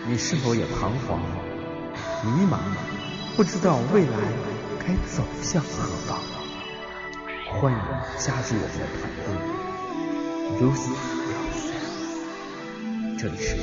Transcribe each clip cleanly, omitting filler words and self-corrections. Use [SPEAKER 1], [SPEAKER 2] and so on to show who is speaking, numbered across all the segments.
[SPEAKER 1] 你是否也彷徨、迷茫，不知道未来该走向何方？欢迎加入我们的团队 Lucy Rose， 这里是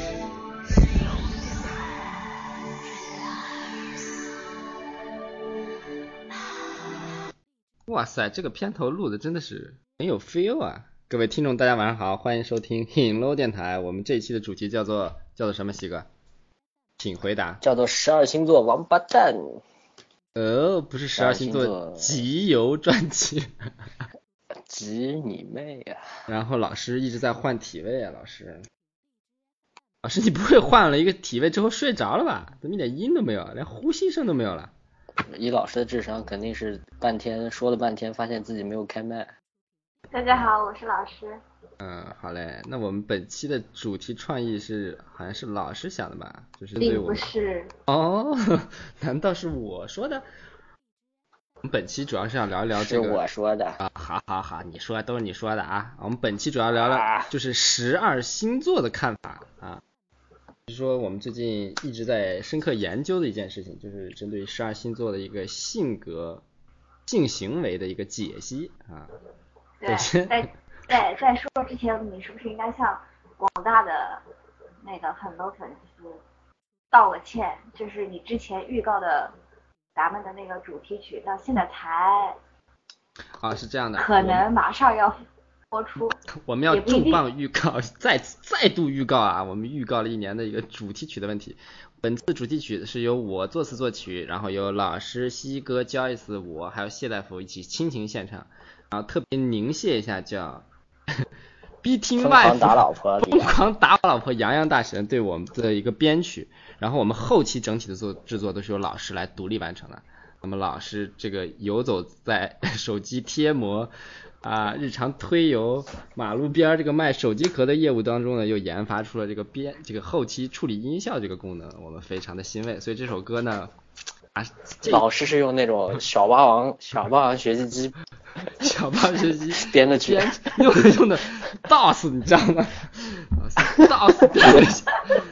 [SPEAKER 2] 哇塞，这个片头录的真的是很有 feel 啊！各位听众大家晚上好，欢迎收听 Hello 电台。我们这一期的主题叫做什么？西哥请回答。
[SPEAKER 3] 叫做12星座王八蛋。
[SPEAKER 2] 不是12星座集邮专辑。
[SPEAKER 3] 集你妹啊！
[SPEAKER 2] 然后老师一直在换体位啊，老师你不会换了一个体位之后睡着了吧？怎么一点音都没有，连呼吸声都没有了？
[SPEAKER 3] 以老师的智商，肯定是说了半天，发现自己没有开麦。
[SPEAKER 4] 大家好，我是老师。
[SPEAKER 2] 好嘞，那我们本期的主题创意好像是老师想的吧？就是对我
[SPEAKER 4] 并不是
[SPEAKER 2] 哦，难道是我说的？我们本期主要是要聊一聊这个。
[SPEAKER 3] 是我说的
[SPEAKER 2] 啊，好，你说都是你说的啊。我们本期主要聊聊就是12星座的看法啊。就是说我们最近一直在深刻研究的一件事情，就是针对12星座的一个性格、性行为的一个解析啊。
[SPEAKER 4] 对，在说之前，你是不是应该向广大的那个很多粉丝道个歉？就是你之前预告的咱们的那个主题曲，到现在才
[SPEAKER 2] 是这样的，
[SPEAKER 4] 可能马上要播出。
[SPEAKER 2] 我们要重磅预告，再度预告啊！我们预告了1年的一个主题曲的问题。本次主题曲是由我作词作曲，然后由老师西哥、Joyce、我还有谢大夫一起倾情献唱，然后特别凝谢一下叫Beating Wife 疯狂打我老婆洋洋大神对我们的一个编曲，然后我们后期整体的制作都是由老师来独立完成的。那么老师这个游走在手机贴膜日常推油马路边这个卖手机壳的业务当中呢，又研发出了这个后期处理音效这个功能，我们非常的欣慰。所以这首歌呢
[SPEAKER 3] 老师是用那种小霸王学习机编的曲，
[SPEAKER 2] 用的 DOS 你知道吗？DOS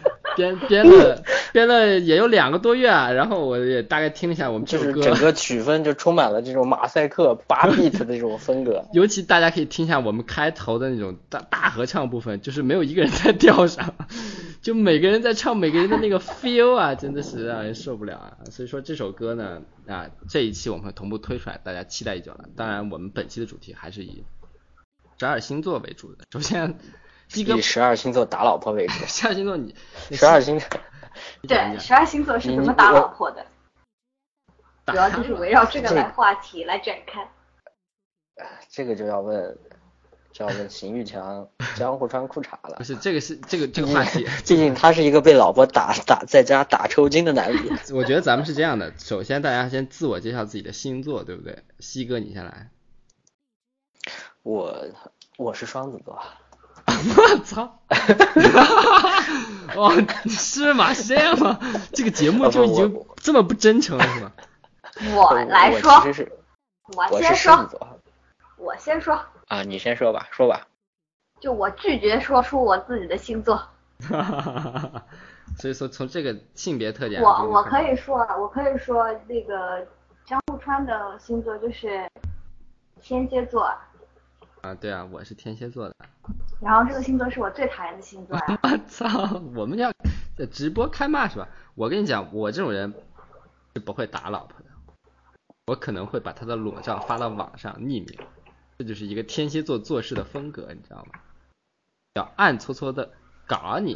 [SPEAKER 2] 编了也有2个多月啊，然后我也大概听了一下我们这首歌，
[SPEAKER 3] 就是整个曲风就充满了这种马赛克8 bit 的这种风格。
[SPEAKER 2] 尤其大家可以听一下我们开头的那种大合唱部分，就是没有一个人在调上，就每个人在唱每个人的那个 feel 啊，真的是让人受不了啊！所以说这首歌呢这一期我们会同步推出来，大家期待已久了。当然我们本期的主题还是以12星座为主的。首先
[SPEAKER 3] 以12星座打老婆为主。
[SPEAKER 2] 12星座
[SPEAKER 3] 12星座
[SPEAKER 4] 对，12星座是怎么打老婆的？主要就是围绕这个话题来展开。
[SPEAKER 3] 这个就要问邢玉强江户川裤衩了。
[SPEAKER 2] 不是这个话题，
[SPEAKER 3] 毕竟他是一个被老婆打在家打抽筋的男子。
[SPEAKER 2] 我觉得咱们是这样的，首先大家先自我介绍自己的星座，对不对？西哥你先来。
[SPEAKER 3] 我是双子座。
[SPEAKER 2] 我操！哇，是吗？是这样吗？这个节目就已经这么不真诚了，是吗？
[SPEAKER 4] 我来说，我先说
[SPEAKER 3] 啊，你先说吧，说吧。
[SPEAKER 4] 就我拒绝说出我自己的星座。
[SPEAKER 2] 所以说从这个性别特点，
[SPEAKER 4] 我可以说那个江户川的星座就是天蝎座。
[SPEAKER 2] 对啊，我是天蝎座的。
[SPEAKER 4] 然后这个星座是我最讨厌的星座呀！
[SPEAKER 2] 我操，我们要直播开骂是吧？我跟你讲，我这种人是不会打老婆的，我可能会把她的裸照发到网上匿名，这就是一个天蝎座做事的风格，你知道吗？要暗搓搓的搞你。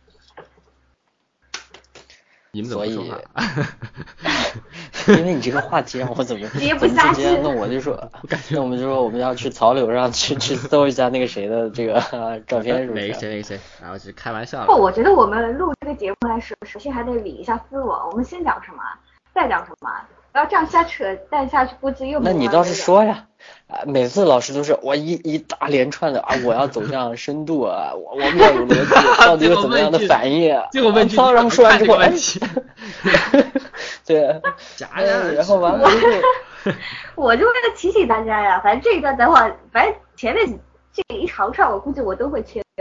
[SPEAKER 2] 你们怎么说话？
[SPEAKER 3] 因为你这个话题让我怎么
[SPEAKER 4] 接不下去？
[SPEAKER 3] 那我就说，那我们就说我们要去潮流上去搜一下那个谁的这个照片，是不是？
[SPEAKER 2] 哪个谁？然后是开玩笑。
[SPEAKER 4] 不，我觉得我们录这个节目来说，首先还得理一下思路。我们先讲什么，再讲什么，然后这样瞎扯淡下去，估计又没。
[SPEAKER 3] 那你倒是说呀！每次老师都是我一大连串的我要走向深度啊，我们要有逻辑，到底有怎么样的反应啊？
[SPEAKER 2] 最后问句，
[SPEAKER 3] 然后说完之后，对，然后完了之后，
[SPEAKER 4] 我就为了提醒大家呀，反正这一段的话，反正前面这一长串我估计我都会切掉。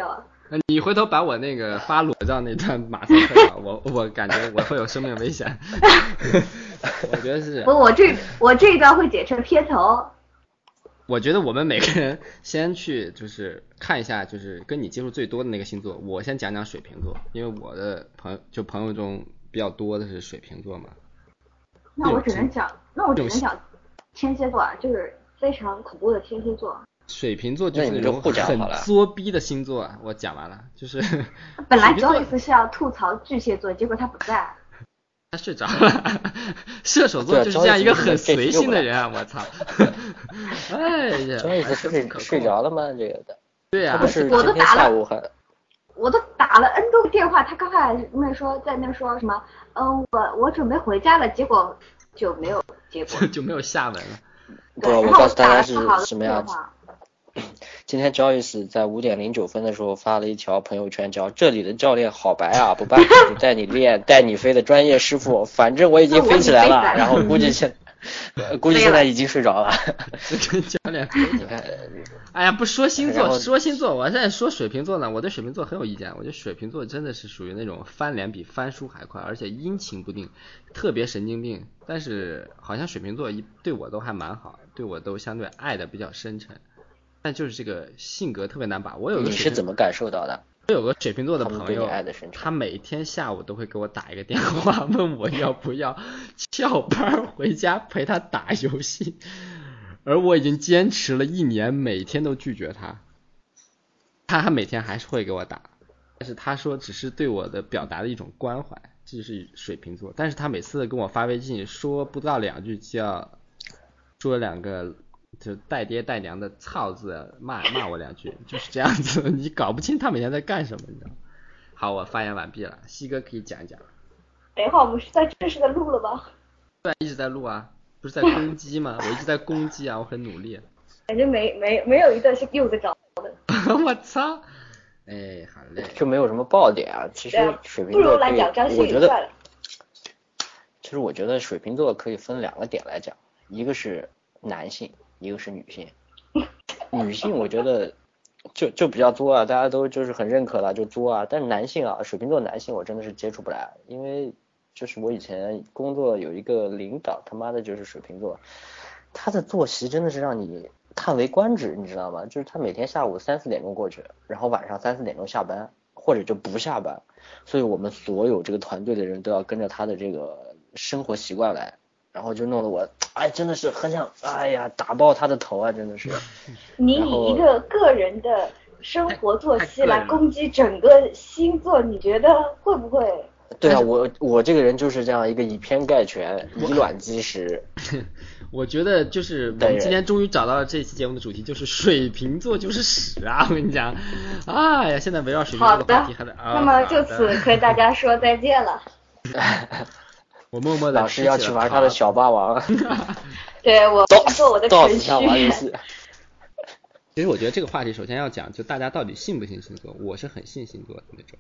[SPEAKER 2] 你回头把我那个发裸照那段马赛克了，我感觉我会有生命危险。我觉得是。
[SPEAKER 4] 我这一段会剪成片头。
[SPEAKER 2] 我觉得我们每个人先去就是看一下，就是跟你接触最多的那个星座。我先讲讲水瓶座，因为我的朋友中比较多的是水瓶座嘛。
[SPEAKER 4] 那我只能讲天蝎座啊，就是非常恐怖的天蝎座。
[SPEAKER 2] 水瓶座就是那种很作逼的星座啊。我讲完了，就是
[SPEAKER 4] 本来Joyce是要吐槽巨蟹座，结果他不在。
[SPEAKER 2] 他睡着了。射手座就是这样一个很随性的人啊！我操！哎呀
[SPEAKER 3] ，Joyce睡着了吗？这个的。
[SPEAKER 2] 对啊，
[SPEAKER 3] 我都打了，
[SPEAKER 4] 我都打了 N 多个电话，他刚才在那说什么？我准备回家了，结果就没有结果，
[SPEAKER 2] 就没有下文了。
[SPEAKER 3] 不，我告诉大家是什么样子。今天 Joyce 在5:09的时候发了一条朋友圈，叫这里的教练好白啊，不办就带你练带你飞的专业师傅，反正我已经飞起来了，然后估计现在已经睡着了。
[SPEAKER 2] 跟教练飞起来。哎呀，不说星座，我现在说水瓶座呢，我对水瓶座很有意见。我觉得水瓶座真的是属于那种翻脸比翻书还快，而且阴晴不定，特别神经病。但是好像水瓶座对我都还蛮好，对我都相对爱的比较深沉。但就是这个性格特别难把握。
[SPEAKER 3] 你是怎么感受到的？
[SPEAKER 2] 我有个水瓶座的朋友，他每天下午都会给我打一个电话，问我要不要翘班回家陪他打游戏，而我已经坚持了1年，每天都拒绝他。他每天还是会给我打，但是他说只是对我的表达的一种关怀，这就是水瓶座。但是他每次跟我发微信说不到2句就要说2个就带爹带娘的操字，骂我2句，就是这样子。你搞不清他每天在干什么，你知道吗？好，我发言完毕了，西哥可以讲一讲。
[SPEAKER 4] 等一会儿我们是在正式的录了吗？
[SPEAKER 2] 对，一直在录啊，不是在攻击吗？我一直在攻击啊，我很努力。
[SPEAKER 4] 感觉没有一段是用得着的。
[SPEAKER 2] 我操！哎，好累。
[SPEAKER 3] 就没有什么爆点啊。其实水瓶座
[SPEAKER 4] 不如来讲张馨予算了。
[SPEAKER 3] 其实我觉得水瓶座可以分2个点来讲，一个是男性，一个是女性。女性我觉得就比较作啊，大家都就是很认可了，就作啊。但是男性啊，水瓶座男性我真的是接触不来，因为就是我以前工作有一个领导，他妈的就是水瓶座，他的作息真的是让你叹为观止，你知道吗？就是他每天下午3、4点钟过去，然后晚上3、4点钟下班，或者就不下班，所以我们所有这个团队的人都要跟着他的这个生活习惯来。然后就弄得我，真的是很想，打爆他的头啊，真的是。
[SPEAKER 4] 你以一个个人的生活作息来攻击整个星座，你觉得会不会？
[SPEAKER 3] 对啊，我这个人就是这样一个以偏概全，以卵击石。
[SPEAKER 2] 我觉得就是我们今天终于找到了这期节目的主题，就是水瓶座就是屎啊！我跟你讲，哎呀，现在围绕水瓶座的话题还得
[SPEAKER 4] 那么就此和大家说再见了。
[SPEAKER 2] 我默默的
[SPEAKER 3] 老师要去玩他的小霸王。
[SPEAKER 4] 对，我做我的程序员。
[SPEAKER 2] 其实我觉得这个话题首先要讲，就大家到底信不信星座？我是很信星座的那种。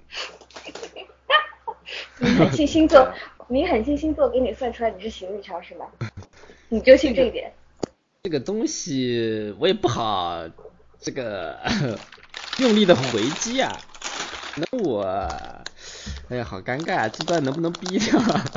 [SPEAKER 4] 你很信星座，给你算出来你是行运潮是吗？你就信这一点。
[SPEAKER 2] 这个东西我也不好这个用力的回击啊。那我哎呀好尴尬啊，这段能不能逼掉啊？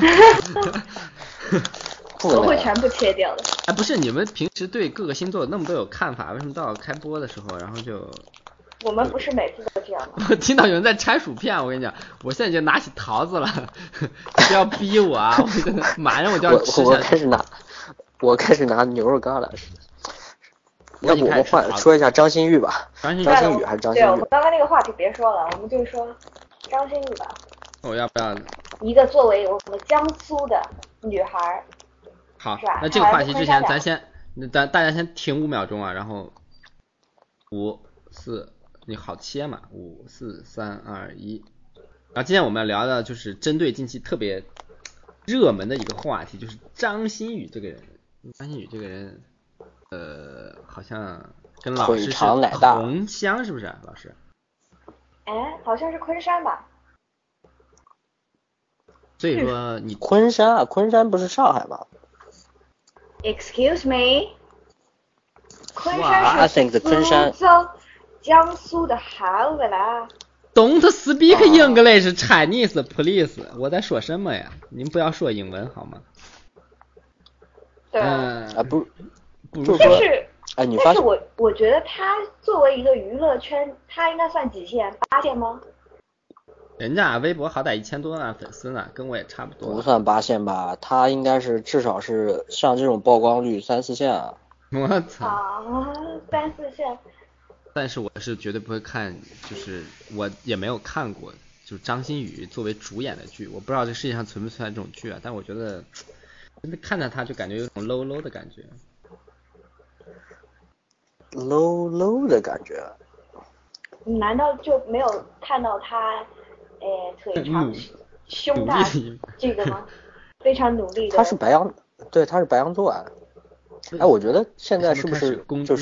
[SPEAKER 4] 我会全部切掉的。
[SPEAKER 2] 哎，不是，你们平时对各个星座那么多有看法，为什么到开播的时候然后就
[SPEAKER 4] 我们不是每次都这样吗？
[SPEAKER 2] 我听到有人在拆薯片，我跟你讲，我现在就拿起桃子了，不要逼我啊！我真的马上我就要吃下去。
[SPEAKER 3] 我开始拿牛肉干了。要不我们说一下张馨予吧？张馨予还是张馨予？
[SPEAKER 4] 对，我们刚刚那个话题别说了，我们就说张馨予吧。
[SPEAKER 2] 我要不要？
[SPEAKER 4] 一个作为我们江苏的女孩。
[SPEAKER 2] 好，那这个话题之前，大家先停5秒钟啊，然后5、4，你好切嘛，5、4、3、2、1。然后今天我们要聊的就是针对近期特别热门的一个话题，就是张馨予这个人。张馨予这个人，好像跟老师是同乡，是不是老师？
[SPEAKER 4] 哎，好像是昆山吧。
[SPEAKER 2] 所以说你
[SPEAKER 3] 昆山不是上海吗
[SPEAKER 4] ？Excuse me， 昆
[SPEAKER 3] 山是江
[SPEAKER 4] 江苏的好的啦。
[SPEAKER 2] Don't speak English, Chinese, please。我在说什么呀？您不要说英文好吗？
[SPEAKER 4] 对
[SPEAKER 2] 不如
[SPEAKER 4] 但是
[SPEAKER 3] 你
[SPEAKER 4] 但是我觉得他作为一个娱乐圈，他应该算几线？8线吗？
[SPEAKER 2] 人家微博好歹1000多万粉丝呢，跟我也差不多。
[SPEAKER 3] 不算8线吧，他应该是至少是像这种曝光率3、4线啊。
[SPEAKER 2] 我操
[SPEAKER 4] ！3、4线。
[SPEAKER 2] 但是我是绝对不会看，就是我也没有看过，就是张馨予作为主演的剧，我不知道这世界上存不存在这种剧啊，但我觉得真的看到他就感觉有种 low low 的感觉。
[SPEAKER 3] low low 的感觉。
[SPEAKER 4] 难道就没有看到他，腿长胸大这个吗？非常努力的。
[SPEAKER 3] 他是白羊座啊。我觉得现在是不是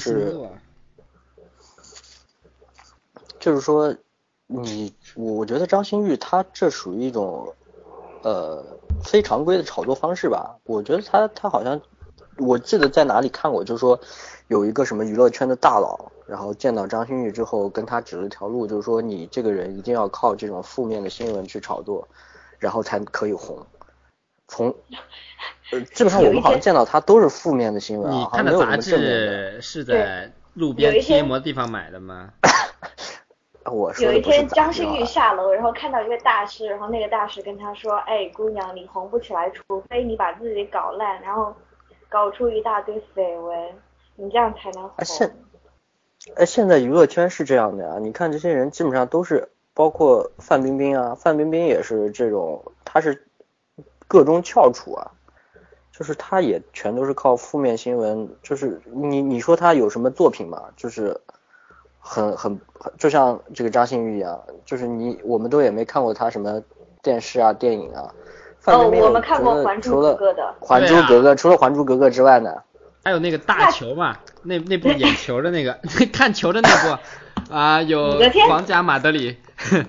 [SPEAKER 3] 就是说我觉得张馨予他这属于一种非常规的炒作方式吧。我觉得他好像我记得在哪里看过，就是说有一个什么娱乐圈的大佬，然后见到张馨予之后跟他指了条路，就是说你这个人一定要靠这种负面的新闻去炒作，然后才可以红。基本上我们好像见到他都是负面的新闻啊。
[SPEAKER 2] 你看的杂志是在路边贴膜地方买的吗？
[SPEAKER 4] 有一天张馨予下楼，然后看到一个大师，然后那个大师跟他说：“哎，姑娘，你红不起来，除非你把自己搞烂，然后搞出一大堆绯闻，你这样才能红。”
[SPEAKER 3] 现在娱乐圈是这样的啊，你看这些人基本上都是，包括范冰冰啊，范冰冰也是这种，她是各中翘楚啊，就是她也全都是靠负面新闻，就是你说她有什么作品嘛，就是很就像这个张馨予一样，就是我们都也没看过她什么电视啊电影啊。
[SPEAKER 4] 我们看过《还珠格格》的。
[SPEAKER 3] 还珠格格除了《还珠格格》之外呢？
[SPEAKER 2] 还有那个大球嘛，那部眼球的那个看球的那部啊，有皇家马德里。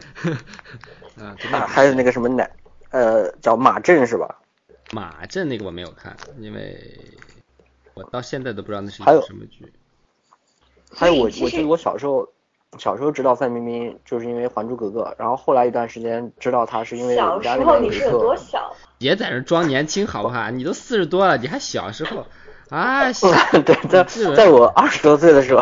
[SPEAKER 3] 还有那个什么叫马震是吧？
[SPEAKER 2] 马震那个我没有看，因为我到现在都不知道那是一部什么剧。
[SPEAKER 3] 还有我记得我小时候知道范冰冰，就是因为《还珠格格》，然后后来一段时间知道她是因为
[SPEAKER 4] 小时候你是有多小？
[SPEAKER 2] 别在这装年轻好不好？你都40多了，你还小时候啊？
[SPEAKER 3] 对，在我20多岁的时候，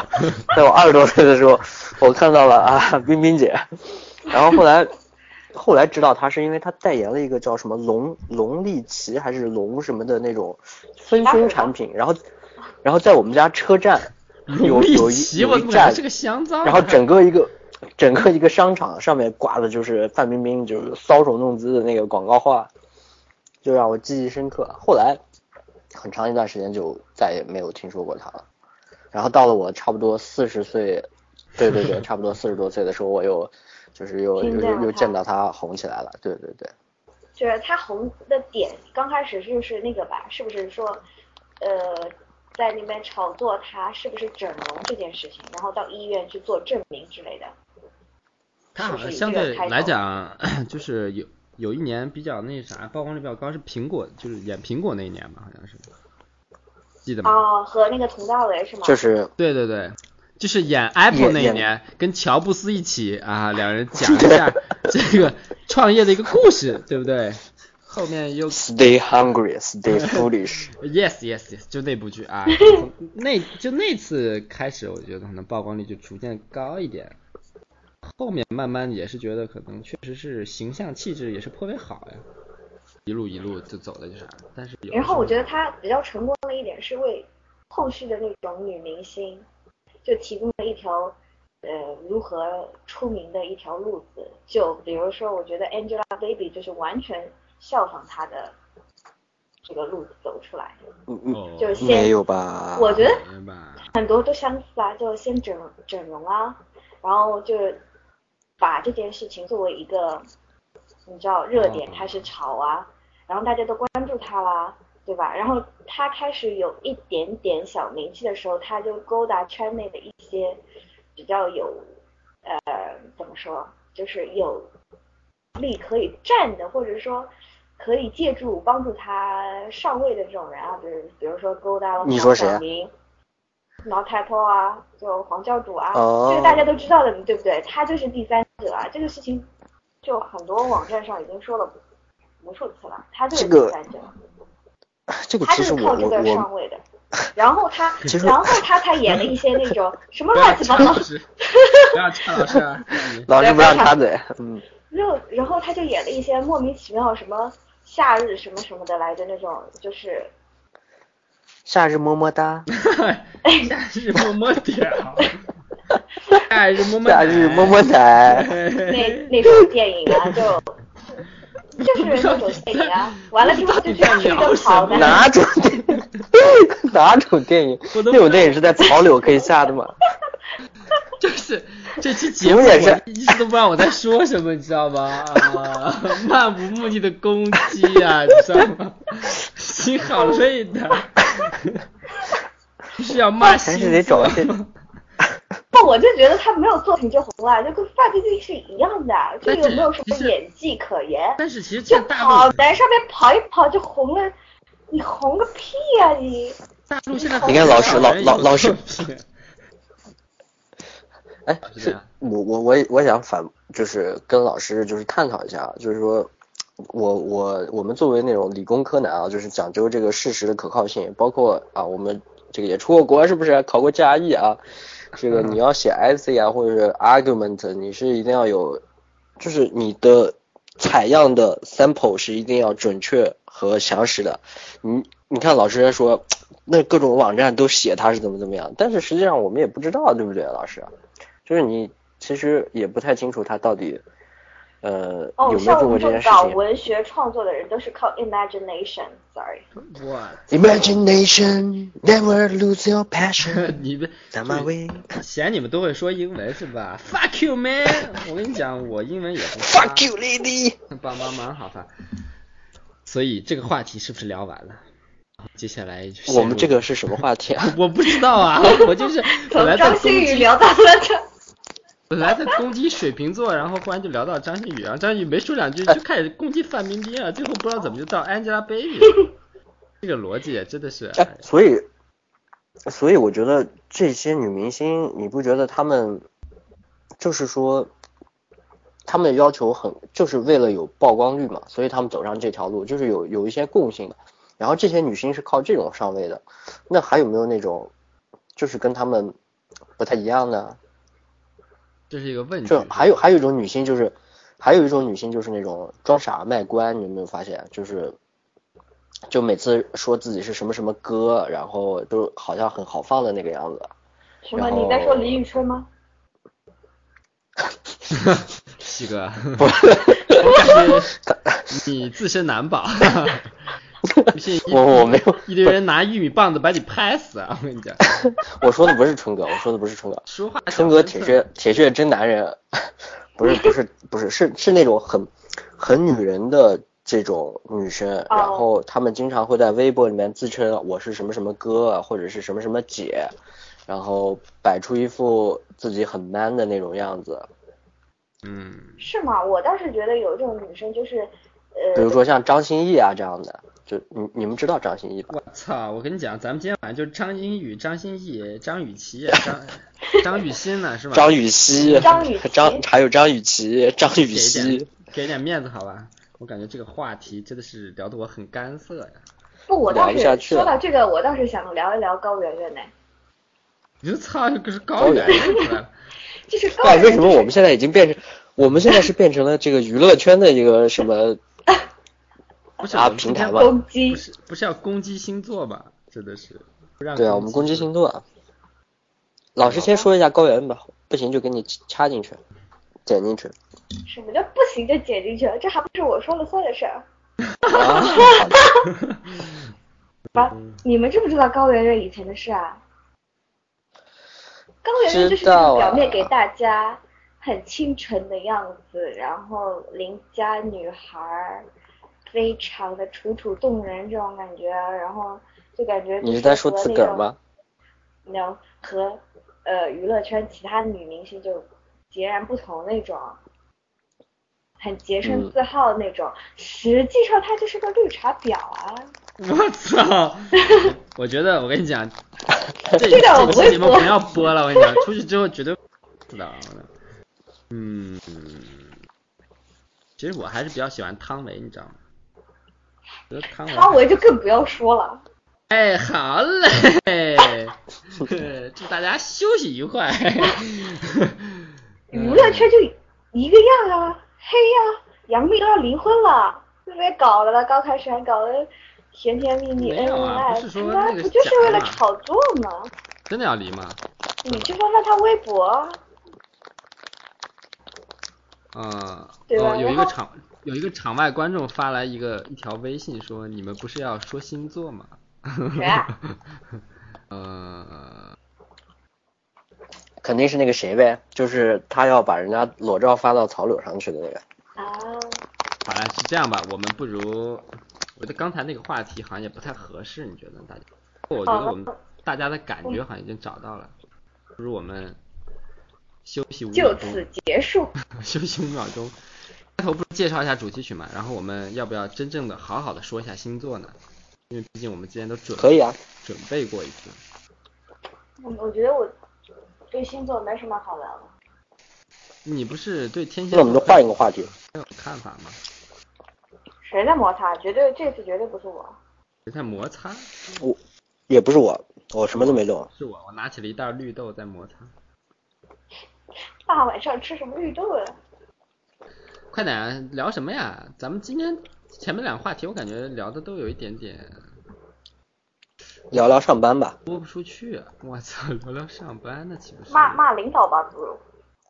[SPEAKER 3] 我看到了冰冰姐，然后后来知道她是因为她代言了一个叫什么龙利奇还是龙什么的那种丰胸产品，然后在我们家车站有一站
[SPEAKER 2] 是个香皂，
[SPEAKER 3] 然后整个一个商场上面挂的就是范冰冰就是搔首弄姿的那个广告画，就让我记忆深刻。后来很长一段时间就再也没有听说过她了。然后到了我差不多40岁，对，差不多40多岁的时候，我又见到她红起来了。对，
[SPEAKER 4] 就是她红的点刚开始就是那个吧，是不是说在那边炒作她是不是整容这件事情，然后到医院去做证明之类的。
[SPEAKER 2] 她好像相对来讲，就是有一年比较那啥，曝光率比较高，是苹果，就是演苹果那一年嘛，好像是，记得吗？
[SPEAKER 4] 和那个佟大为是吗？
[SPEAKER 3] 就是
[SPEAKER 2] 对，就是演 Apple 那一年，跟乔布斯一起两人讲一下这个创业的一个故事，对不对？后面又
[SPEAKER 3] Stay hungry, stay foolish.
[SPEAKER 2] Yes， 就那部剧啊，那次开始，我觉得可能曝光率就逐渐高一点。后面慢慢也是觉得可能确实是形象气质也是颇为好呀，一路就走的就是，但是
[SPEAKER 4] 然后我觉得他比较成功的一点是为后续的那种女明星就提供了一条如何出名的一条路子。就比如说我觉得 Angelababy 就是完全效仿她的这个路子走出来的。就先
[SPEAKER 3] 没有吧？
[SPEAKER 4] 我觉得很多都相似啊，就先整容啊，然后就把这件事情作为一个你知道热点开始炒啊，然后大家都关注他啦，对吧？然后他开始有一点点小名气的时候，他就勾搭圈内的一些比较有怎么说，就是有力可以站的，或者说可以借助帮助他上位的这种人啊，比如说勾搭了黄晓明、毛太婆啊，就黄教主啊，这个大家都知道的，对不对？他就是第三者啊，这个事情就很多网站上已经说了无数次了，他就是
[SPEAKER 3] 这个
[SPEAKER 4] 第三者，
[SPEAKER 3] 这个
[SPEAKER 4] 他
[SPEAKER 3] 其实我
[SPEAKER 4] 就是靠这个
[SPEAKER 3] 我
[SPEAKER 4] 上位的。然后他
[SPEAKER 3] 其实
[SPEAKER 4] 才演了一些那种什么
[SPEAKER 2] 不要
[SPEAKER 4] 乱七八糟
[SPEAKER 2] 呛老，师，不要呛老师啊！
[SPEAKER 3] 老师不让插嘴，
[SPEAKER 4] 然后他就演了一些莫名其妙什么夏日什么什么的来的那种，就是
[SPEAKER 3] 夏日么么哒，
[SPEAKER 2] 夏日么么屌，夏日么么
[SPEAKER 3] 夏日么么哒，
[SPEAKER 4] 那种电影啊，就是那种电影啊，完了之后就去一个跑的，
[SPEAKER 3] 哪种电影？哪种电影？那种电影是在草柳可以下的吗？
[SPEAKER 2] 就是这期节目我一直都不知道我在说什么，你知道吗？啊，漫无目的的攻击啊，你知道吗？心好累的，是要骂
[SPEAKER 3] 还是得找一些。
[SPEAKER 4] 不，我就觉得他没有作品就红了，就跟范冰冰是一样的，这个没有什么演技可言。
[SPEAKER 2] 但是其实
[SPEAKER 4] 就
[SPEAKER 2] 大
[SPEAKER 4] 跑在上面跑一跑就红了，你红个屁呀你！
[SPEAKER 2] 大陆现在
[SPEAKER 3] 你看老师，哎，
[SPEAKER 2] 是
[SPEAKER 3] 我想就是跟老师就是探讨一下，就是说我们作为那种理工科男啊，就是讲究这个事实的可靠性，包括啊我们这个也出过国，是不是考过GRE啊？这个你要写 essay 啊，或者是 argument， 你是一定要有，就是你的采样的 sample 是一定要准确和详实的。你看老师说，那各种网站都写他是怎么样，但是实际上我们也不知道，对不对，老师？就是你其实也不太清楚他到底有没有做过这件事情。
[SPEAKER 4] 搞文学创作的人都是靠 imagination，sorry。
[SPEAKER 3] Imagination never lose your passion
[SPEAKER 2] 你们嫌你们都会说英文是吧 ？Fuck you man！ 我跟你讲，我英文也不差。
[SPEAKER 3] Fuck you lady！
[SPEAKER 2] 帮好吧。所以这个话题是不是聊完了？接下来
[SPEAKER 3] 我们这个是什么话题啊？
[SPEAKER 2] 我不知道啊，我就是
[SPEAKER 4] 从张馨予聊到了这。
[SPEAKER 2] 本来在攻击水瓶座，然后忽然就聊到张馨予，然后张馨予没说两句就开始攻击范冰冰啊，最后不知道怎么就到 Angelababy 了。这个逻辑真的是。
[SPEAKER 3] 所以我觉得这些女明星，你不觉得她们就是说，她们要求就是为了有曝光率嘛，所以她们走上这条路，就是有一些共性的。然后这些女星是靠这种上位的，那还有没有那种就是跟她们不太一样的？
[SPEAKER 2] 这是一个问题。
[SPEAKER 3] 就还有一种女星就是那种装傻卖乖，你有没有发现？就每次说自己是什么什么歌，然后都好像很豪放的那个样子。
[SPEAKER 4] 什么？你在说李宇春吗？
[SPEAKER 2] 西哥，我感觉你自身难保。
[SPEAKER 3] 我没有，
[SPEAKER 2] 一堆人拿玉米棒子把你拍死啊！我跟你讲，
[SPEAKER 3] 我说的不是春哥，
[SPEAKER 2] 说话
[SPEAKER 3] 春哥铁血真男人，不是，是那种很女人的这种女生，然后他们经常会在微博里面自称我是什么什么哥，或者是什么什么姐，然后摆出一副自己很 man 的那种样子。
[SPEAKER 4] 是吗？我倒是觉得有这种女生就是
[SPEAKER 3] 比如说像张歆艺啊这样的。就你们知道张歆艺吧？
[SPEAKER 2] 我操！我跟你讲，咱们今天晚上就张馨予、张歆艺、张雨绮、张雨欣呢，是吧？
[SPEAKER 3] 张雨绮，还有张雨绮、张雨绮，
[SPEAKER 2] 给点面子好吧？我感觉这个话题真的是聊得我很干涩呀。
[SPEAKER 4] 不，我倒是说到这个，我倒是想聊一聊高圆圆呢。
[SPEAKER 2] 你就操，可是高圆圆出来了。
[SPEAKER 4] 就是高圆圆。
[SPEAKER 3] 为什么我们现在已经我们现在是变成了这个娱乐圈的一个什么？
[SPEAKER 2] 不是
[SPEAKER 3] 平台吧？
[SPEAKER 2] 不是要攻击星座吧？真的是。
[SPEAKER 3] 对啊，我们攻击星座。老师先说一下高圆圆吧，不行就给你插进去，剪进去。
[SPEAKER 4] 什么叫不行就剪进去？这还不是我说了算的事儿。你们知不知道高圆圆以前的事啊？高圆圆就是那种表面给大家很清纯的样子，然后邻家女孩。非常的楚楚动人这种感觉，然后就感觉
[SPEAKER 3] 你是在说自个儿吗？
[SPEAKER 4] 和娱乐圈其他女明星就截然不同那种，很洁身自好那种，实际上她就是个绿茶婊啊！
[SPEAKER 2] 我操！我觉得我跟你讲，
[SPEAKER 4] 这个我不会
[SPEAKER 2] 节目不要播了，我跟你讲，出去之后绝对知道。 其实我还是比较喜欢汤唯，你知道吗？觉得
[SPEAKER 4] 汤唯就更不要说了。
[SPEAKER 2] 哎，好嘞，祝大家休息愉快。
[SPEAKER 4] 娱乐圈就一个样啊，黑呀，杨幂都要离婚了，这别搞的了，刚开始还搞得甜甜蜜蜜恩恩爱，
[SPEAKER 2] 不是说那个
[SPEAKER 4] 不就是为了炒作吗？
[SPEAKER 2] 真的要离吗？
[SPEAKER 4] 你去翻翻他微博。对吧？
[SPEAKER 2] 有一个场外观众发来一条微信说：“你们不是要说星座吗？”
[SPEAKER 4] 谁啊？
[SPEAKER 3] 肯定是那个谁呗，就是他要把人家裸照发到草柳上去的那个。
[SPEAKER 2] 好了，是这样吧，我们不如，我觉得刚才那个话题好像也不太合适，你觉得大家？我觉得我们大家的感觉好像已经找到了，不如我们休息5秒钟，
[SPEAKER 4] 就此结束。
[SPEAKER 2] 休息5秒钟。开头不是介绍一下主题曲嘛，然后我们要不要真正的好好的说一下星座呢？因为毕竟我们之前都
[SPEAKER 3] 可以啊
[SPEAKER 2] 准备过一次。
[SPEAKER 4] 我觉得我对星座没什么好聊的。
[SPEAKER 2] 你不是对天蝎座？
[SPEAKER 3] 那我们就换一个话题。
[SPEAKER 2] 有看法吗？
[SPEAKER 4] 谁在摩擦？这次绝对不是我。
[SPEAKER 2] 谁在摩擦？
[SPEAKER 3] 也不是我什么都没动。
[SPEAKER 2] 是我拿起了一袋绿豆在摩擦。
[SPEAKER 4] 大晚上吃什么绿豆啊？
[SPEAKER 2] 快点聊什么呀？咱们今天前面2个话题，我感觉聊的都有一点点。
[SPEAKER 3] 聊聊上班吧。
[SPEAKER 2] 播不出去，我操！聊聊上班那岂不是？
[SPEAKER 4] 骂领导吧，不如。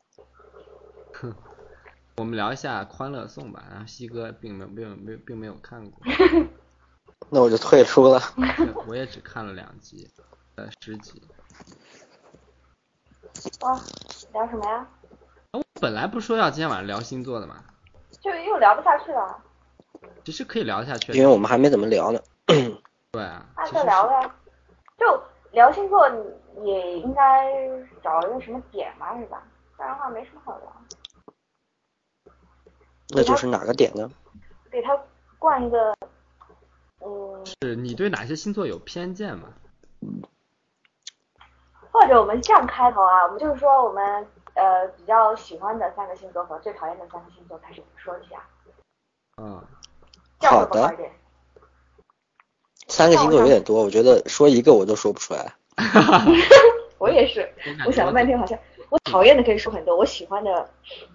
[SPEAKER 2] 我们聊一下《欢乐颂》吧，然后西哥并没有看过。
[SPEAKER 3] 那我就退出了。
[SPEAKER 2] 我也只看了2集，10集。
[SPEAKER 4] 哇，聊什么呀？
[SPEAKER 2] 我本来不是说要今天晚上聊星座的嘛，
[SPEAKER 4] 就又聊不下去了。
[SPEAKER 2] 其实可以聊下去，
[SPEAKER 3] 因为我们还没怎么聊呢。
[SPEAKER 2] 对啊，
[SPEAKER 4] 那就聊呗，就聊星座，你也应该找一个什么点嘛，是吧？不然的话没什么好聊。
[SPEAKER 3] 那就是哪个点呢？
[SPEAKER 4] 给他灌一个，
[SPEAKER 2] 是你对哪些星座有偏见吗？
[SPEAKER 4] 或者我们这样开头啊，我们就是说我们比较喜欢的3个星座和最讨厌的3个星座开始说一下。这样会不好一点。
[SPEAKER 3] 3个星座有点多，我觉得说一个我都说不出来。
[SPEAKER 4] 我也是，我想了半天，好像我讨厌的可以说很多，我喜欢的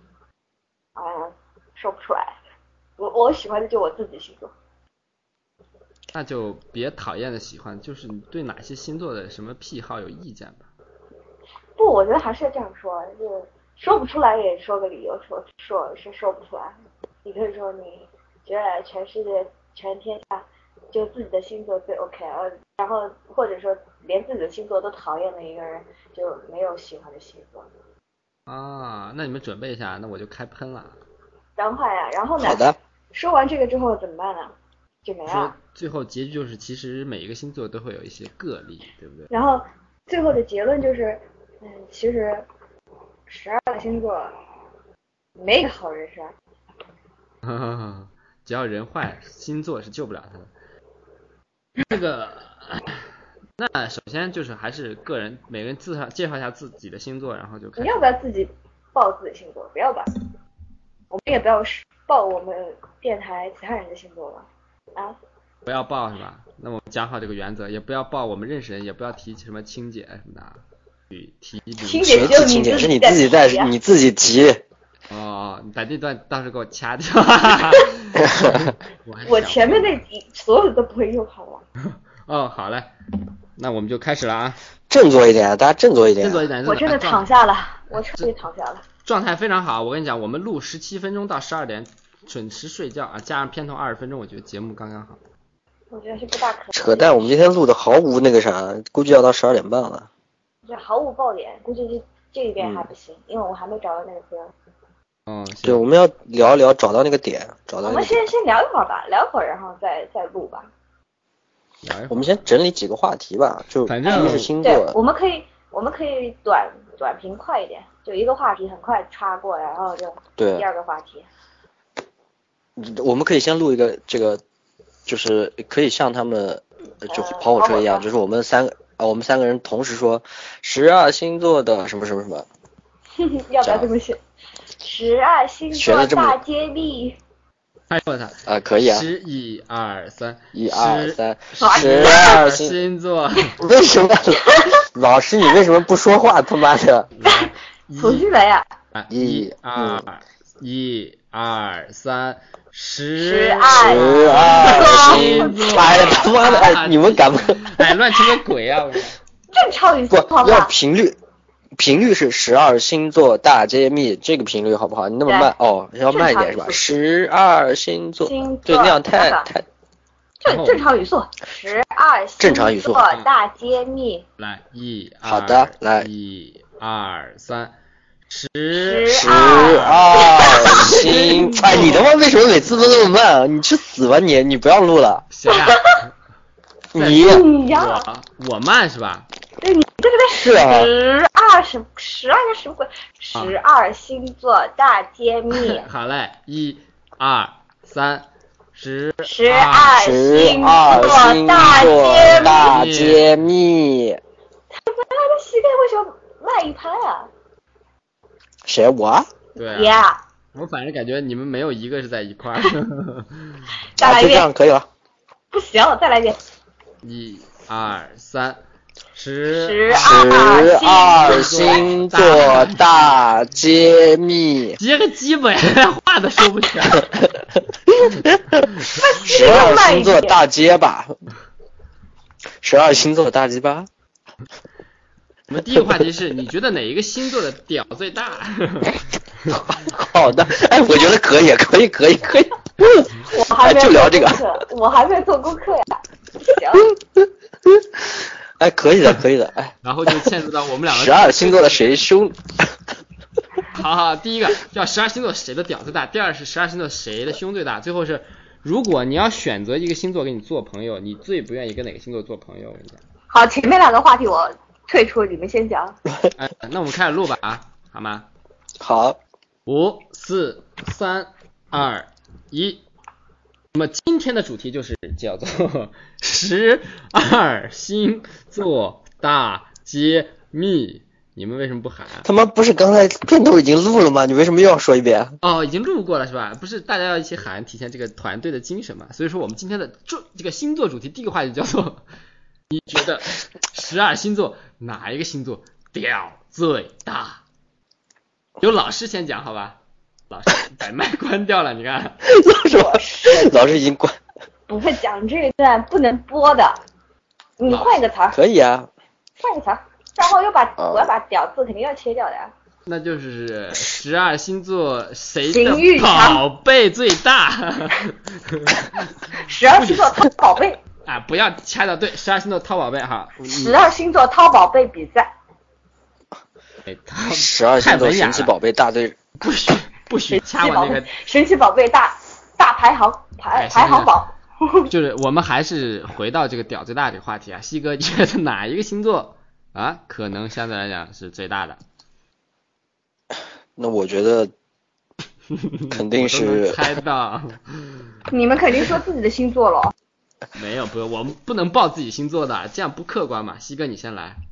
[SPEAKER 4] 说不出来。我喜欢的就我自己星座。
[SPEAKER 2] 那就别讨厌的喜欢，就是你对哪些星座的什么癖好有意见吧。
[SPEAKER 4] 不，我觉得还是这样说，就说不出来也说个理由，说不出来。你可以说你觉得全世界全天下就自己的星座最 OK， 然后或者说连自己的星座都讨厌的一个人就没有喜欢的星座。
[SPEAKER 2] 那你们准备一下，那我就开喷了。
[SPEAKER 4] 等会呀，然后呢？
[SPEAKER 3] 好的。
[SPEAKER 4] 说完这个之后怎么办呢？就没了。
[SPEAKER 2] 最后结局就是，其实每一个星座都会有一些个例，对不对？
[SPEAKER 4] 然后最后的结论就是，其实12个星座没个好人选。
[SPEAKER 2] 只要人坏，星座是救不了他的。这个，那首先就是还是个人，每个人介绍一下自己的星座，然后就开始。
[SPEAKER 4] 你要不要自己报自己星座？不要吧。我们也不要报我们电台其他人的星座吧。
[SPEAKER 2] 不要报是吧？那我们讲好这个原则，也不要报我们认识人，也不要提什么亲姐什么的。提
[SPEAKER 4] 亲姐只有
[SPEAKER 3] 亲姐是
[SPEAKER 4] 你
[SPEAKER 3] 自己提。
[SPEAKER 2] 你把这段到时候给我掐掉。
[SPEAKER 4] 我前面那集所有都不会用，好
[SPEAKER 2] 了。好嘞，那我们就开始了啊。
[SPEAKER 3] 振作一点，大家振作一点。
[SPEAKER 4] 我真的躺下了，我彻底躺下了。
[SPEAKER 2] 状态非常好，我跟你讲，我们录17分钟到12点准时睡觉啊，加上片头20分钟，我觉得节目刚刚好。
[SPEAKER 4] 我觉得是不大可能。
[SPEAKER 3] 扯淡，我们今天录的毫无那个啥，估计要到12点半了。
[SPEAKER 4] 这毫无爆点，估计这一边还不行，因为我还没找到那个歌。
[SPEAKER 3] 对，我们要聊一聊，找到那个点，我
[SPEAKER 4] 们先聊一会儿吧，聊一会儿，然后再录吧。
[SPEAKER 3] 我们先整理几个话题吧，就
[SPEAKER 2] 反正
[SPEAKER 3] 是星座。
[SPEAKER 4] 对，我们可以短平快一点，就一个话题很快插过来，然后就第二个话题。
[SPEAKER 3] 我们可以先录一个这个，就是可以像他们就跑火车一样，就是我们三个人同时说12星座的什么什么什么。
[SPEAKER 4] 要不要这么写？ 12星座大揭秘。
[SPEAKER 2] 还有他
[SPEAKER 3] 可以啊。
[SPEAKER 2] 1、2、3，
[SPEAKER 3] 1、2、3
[SPEAKER 2] ，12星座。
[SPEAKER 3] 为什么老师你为什么不说话？他妈的！
[SPEAKER 4] 重新来呀
[SPEAKER 2] ！1、2、3，12星座。
[SPEAKER 3] 哎呀他妈的！你们敢不？
[SPEAKER 2] 乱成个鬼啊！
[SPEAKER 4] 正常语速好
[SPEAKER 3] 不要频率是12星座大揭秘，这个频率好不好？你那么慢要慢一点是吧？12星座，对，那样太
[SPEAKER 4] 正常语速，12星座大揭秘。
[SPEAKER 2] 来，1、2，
[SPEAKER 3] 好的，来
[SPEAKER 2] ，1、2、3，12
[SPEAKER 3] 星。哎，你他妈为什么每次都那么慢啊？你去死吧你！你不要录了。
[SPEAKER 2] 行啊。我慢是吧？
[SPEAKER 4] 对，你这个12什么鬼？12星座大揭秘。
[SPEAKER 2] 好嘞，1、2、3，12
[SPEAKER 3] 星座大揭秘。
[SPEAKER 4] 他妈的膝盖为什么慢一拍啊？
[SPEAKER 3] 谁我？
[SPEAKER 2] 对啊。我反正感觉你们没有一个是在一块儿。
[SPEAKER 4] 再来一遍。
[SPEAKER 3] 就这样可以了。
[SPEAKER 4] 不行，再来一遍。
[SPEAKER 2] 1、2、3。
[SPEAKER 3] 12星座大揭秘。
[SPEAKER 2] 接个基本话都说不全。
[SPEAKER 3] 12星座大揭吧。12星座大揭吧。
[SPEAKER 2] 我们第一个话题是你觉得哪一个星座的屌最大？
[SPEAKER 3] 好的，我觉得可以。
[SPEAKER 4] 我还没
[SPEAKER 3] 就聊这个。
[SPEAKER 4] 我还没做功课呀。行。
[SPEAKER 3] 可以的。
[SPEAKER 2] 然后就牵扯到我们两个
[SPEAKER 3] 12星座的谁凶？
[SPEAKER 2] 好，第一个叫12星座谁的屌最大，第二是12星座谁的胸最大，最后是如果你要选择一个星座跟你做朋友，你最不愿意跟哪个星座做朋友？我跟你讲。
[SPEAKER 4] 好，前面两个话题我退出，你们先讲。
[SPEAKER 2] 那我们开始录吧好吗？
[SPEAKER 3] 好。
[SPEAKER 2] 5、4、3、2、1。那么今天的主题就是叫做12星座大揭秘。你们为什么不喊啊？
[SPEAKER 3] 他妈不是刚才片头已经录了吗？你为什么又要说一遍？
[SPEAKER 2] 已经录过了是吧？不是大家要一起喊，体现这个团队的精神嘛。所以说我们今天的这个星座主题第一个话题叫做你觉得12星座哪一个星座屌最大？由老师先讲好吧？老师把麦关掉了，你看。
[SPEAKER 3] 老师已经关。
[SPEAKER 4] 不会讲这一段不能播的，你换一个词儿。
[SPEAKER 3] 可以啊。
[SPEAKER 4] 换一个词儿，然后我要把屌字肯定要切掉的呀。
[SPEAKER 2] 那就是12星座谁的宝贝最大
[SPEAKER 4] ？12星座掏宝贝。
[SPEAKER 2] 不要掐掉，对，12星座掏宝贝哈。
[SPEAKER 4] 12星座掏宝贝比赛。
[SPEAKER 3] 12星座神奇宝贝大队。
[SPEAKER 2] 不许掐我那个
[SPEAKER 4] 神奇宝贝大排行榜。
[SPEAKER 2] 就是我们还是回到这个屌最大这个话题啊。西哥，你觉得哪一个星座可能相对来讲是最大的？
[SPEAKER 3] 那我觉得肯定是。
[SPEAKER 2] 我都能猜到。
[SPEAKER 4] 你们肯定说自己的星座了。
[SPEAKER 2] 没有，我们不能报自己星座的，这样不客观嘛。西哥你先来。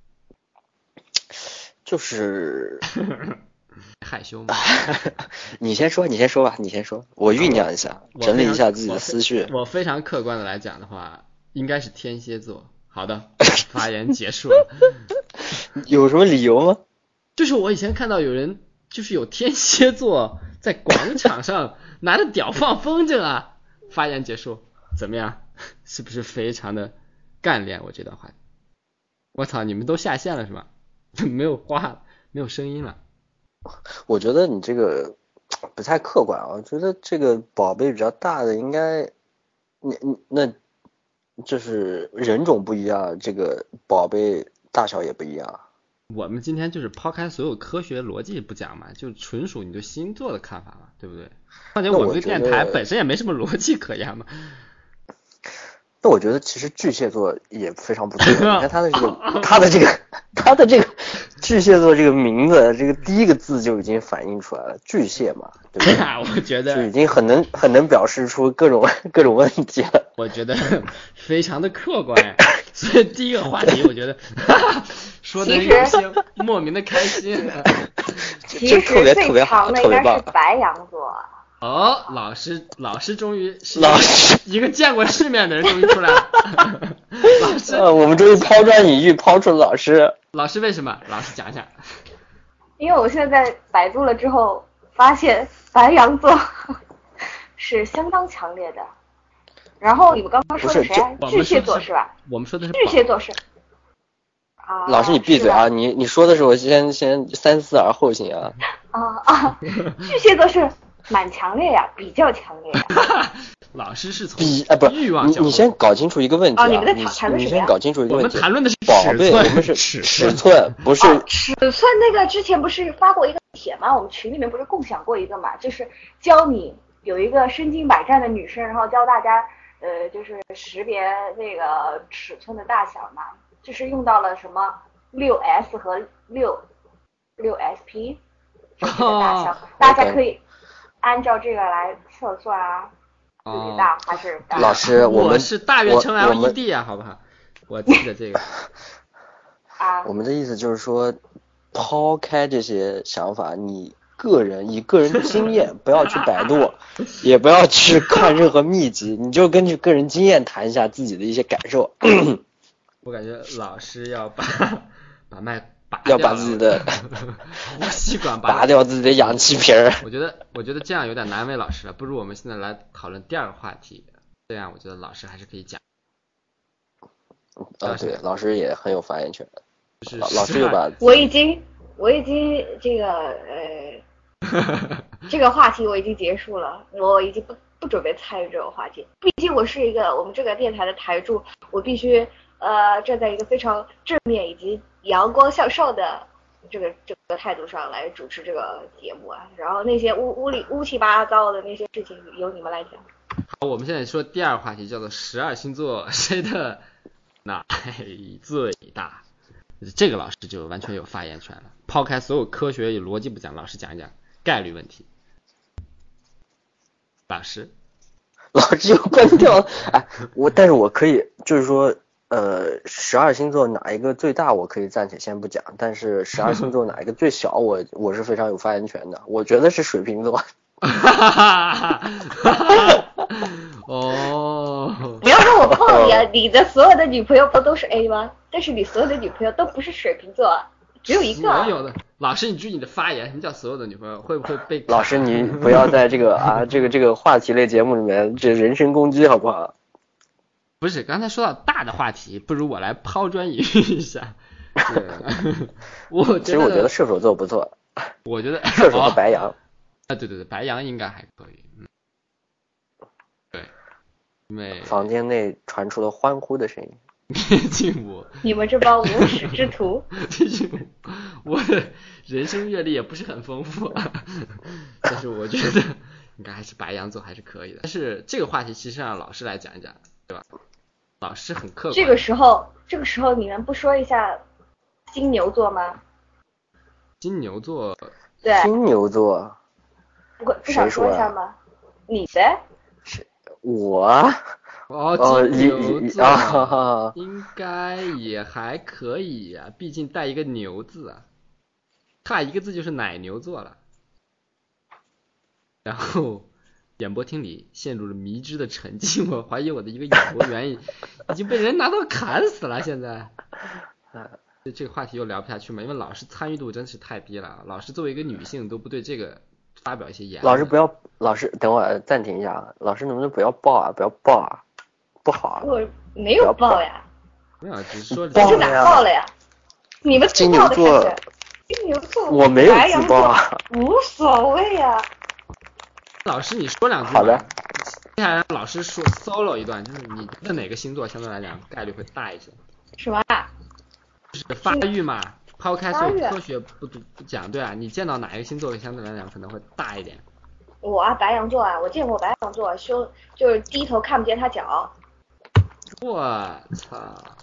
[SPEAKER 3] 就是
[SPEAKER 2] 害羞吗？
[SPEAKER 3] 你先说吧，我酝酿一下，整理一下自己的思绪。
[SPEAKER 2] 我非常客观的来讲的话，应该是天蝎座。好的，发言结束了。
[SPEAKER 3] 有什么理由吗？
[SPEAKER 2] 就是我以前看到有人就是有天蝎座在广场上拿着屌放风筝啊。发言结束，怎么样？是不是非常的干练？我这段话，我操，你们都下线了是吧？没有话，没有声音了。
[SPEAKER 3] 我觉得你这个不太客观啊。我觉得这个宝贝比较大的应该，那就是人种不一样，这个宝贝大小也不一样。
[SPEAKER 2] 我们今天就是抛开所有科学逻辑不讲嘛，就纯属你对星座的看法嘛，对不对？况且我们这个电台本身也没什么逻辑可言嘛。
[SPEAKER 3] 那我觉得其实巨蟹座也非常不错。你看他的这个巨蟹座这个名字，这个第一个字就已经反映出来了，巨蟹嘛，对不对？
[SPEAKER 2] 我觉得
[SPEAKER 3] 就已经很能表示出各种问题了。
[SPEAKER 2] 我觉得非常的客观，所以第一个话题我觉得说的有些莫名的开心。
[SPEAKER 4] 其实最长的应该是白羊座。
[SPEAKER 2] 哦，老师终于是一个见过世面的人终于出来了。老师，
[SPEAKER 3] 我们终于抛砖引玉，抛出了老师。
[SPEAKER 2] 老师为什么？老师讲一下。
[SPEAKER 4] 因为我现在在百度了之后，发现白羊座是相当强烈的。然后你们刚刚说的谁？巨蟹座是吧？
[SPEAKER 2] 我们说的是
[SPEAKER 4] 巨蟹座是。啊。
[SPEAKER 3] 老师你闭嘴啊！你说的时候先三思而后行啊。
[SPEAKER 4] 巨蟹座是蛮强烈呀，比较强烈呀。
[SPEAKER 2] 老师是从欲望
[SPEAKER 3] 你先搞清楚一个问题啊！
[SPEAKER 4] 你们在谈论什么呀？
[SPEAKER 3] 你先搞清楚一个问题。
[SPEAKER 2] 我们谈论的是
[SPEAKER 3] 宝贝，我们是尺寸，不是
[SPEAKER 4] 尺寸。那个之前不是发过一个帖吗？我们群里面不是共享过一个嘛？就是教你有一个身经百战的女生，然后教大家就是识别那个尺寸的大小嘛，就是用到了什么6S 和6SP 这个大小，大家可以按照这个来测算啊。自己大还是大？
[SPEAKER 3] 老师，
[SPEAKER 2] 我是大悦城 LED 啊，好不好？我记得这个。
[SPEAKER 3] 我们的意思就是说，抛开这些想法，你以个人的经验，不要去百度，也不要去看任何秘籍，你就根据个人经验谈一下自己的一些感受。
[SPEAKER 2] 我感觉老师要把麦
[SPEAKER 3] 要把自己的
[SPEAKER 2] 呼吸管
[SPEAKER 3] 拔掉自己的氧气瓶儿。
[SPEAKER 2] 我觉得这样有点难为老师了，不如我们现在来讨论第二个话题，这样我觉得老师还是可以讲。
[SPEAKER 3] 对，老师也很有发言权。
[SPEAKER 2] 老
[SPEAKER 3] 师又把
[SPEAKER 4] 我已经这个这个话题我已经结束了，我已经不准备参与这种话题。毕竟我是我们这个电台的台柱，我必须站在一个非常正面以及阳光向上的这个态度上来主持这个节目啊。然后那些乌七八糟的那些事情由你们来讲。
[SPEAKER 2] 好，我们现在说第二个话题，叫做12星座谁的奶最大。这个老师就完全有发言权了，抛开所有科学与逻辑不讲，老师讲一讲概率问题。老师
[SPEAKER 3] 又关掉了。但是我可以就是说12星座哪一个最大我可以暂且先不讲，但是12星座哪一个最小我是非常有发言权的，我觉得是水瓶座。
[SPEAKER 2] 哦，
[SPEAKER 4] 不要让我泡你啊！你的所有的女朋友不都是 A 吗？但是你所有的女朋友都不是水瓶座，只有一个。
[SPEAKER 2] 所有的老师，你注意你的发言，什么叫所有的女朋友？会不会被
[SPEAKER 3] 老师你不要在这个这个话题类节目里面这人身攻击好不好？
[SPEAKER 2] 不是，刚才说到大的话题，不如我来抛砖引玉一下。
[SPEAKER 3] 其实我觉得射手座不错。
[SPEAKER 2] 我觉得
[SPEAKER 3] 射手和白羊。
[SPEAKER 2] 对，白羊应该还可以。对，因为
[SPEAKER 3] 房间内传出了欢呼的声音。
[SPEAKER 4] 你们这帮无耻之徒。
[SPEAKER 2] 我的人生阅历也不是很丰富，但是我觉得应该还是白羊座还是可以的。但是这个话题其实让老师来讲一讲，对吧？老师很客观。
[SPEAKER 4] 这个时候你们不说一下金牛座吗？
[SPEAKER 2] 金牛座。
[SPEAKER 4] 对。
[SPEAKER 3] 金牛座。
[SPEAKER 4] 不想说一下吗？你的？
[SPEAKER 3] 是我。
[SPEAKER 2] 金牛座应该也还可以呀，毕竟带一个牛字啊，差一个字就是奶牛座了。然后演播厅里陷入了迷之的沉寂，我怀疑我的一个演播员已经被人拿刀砍死了。现在这个话题又聊不下去嘛，因为老师参与度真是太低了，老师作为一个女性都不对这个发表一些言论。
[SPEAKER 3] 老师等会暂停一下，老师能不能不要爆啊，不要爆啊，不好啊。
[SPEAKER 4] 我没有爆呀。
[SPEAKER 2] 没有，只是说
[SPEAKER 4] 你是哪爆了呀？你们自爆的是金牛座，
[SPEAKER 3] 我没有自爆啊，
[SPEAKER 4] 无所谓啊。
[SPEAKER 2] 老师你说两句。
[SPEAKER 3] 好的。
[SPEAKER 2] 接下来老师说 solo 一段，就是你的哪个星座相对来讲概率会大一些？
[SPEAKER 4] 什么？
[SPEAKER 2] 就是发育嘛，抛开所有科学不讲，对啊，你见到哪一个星座相对来讲可能会大一点？
[SPEAKER 4] 我白羊座啊，我见过白羊座，就是低头看不见他脚。
[SPEAKER 2] 我操！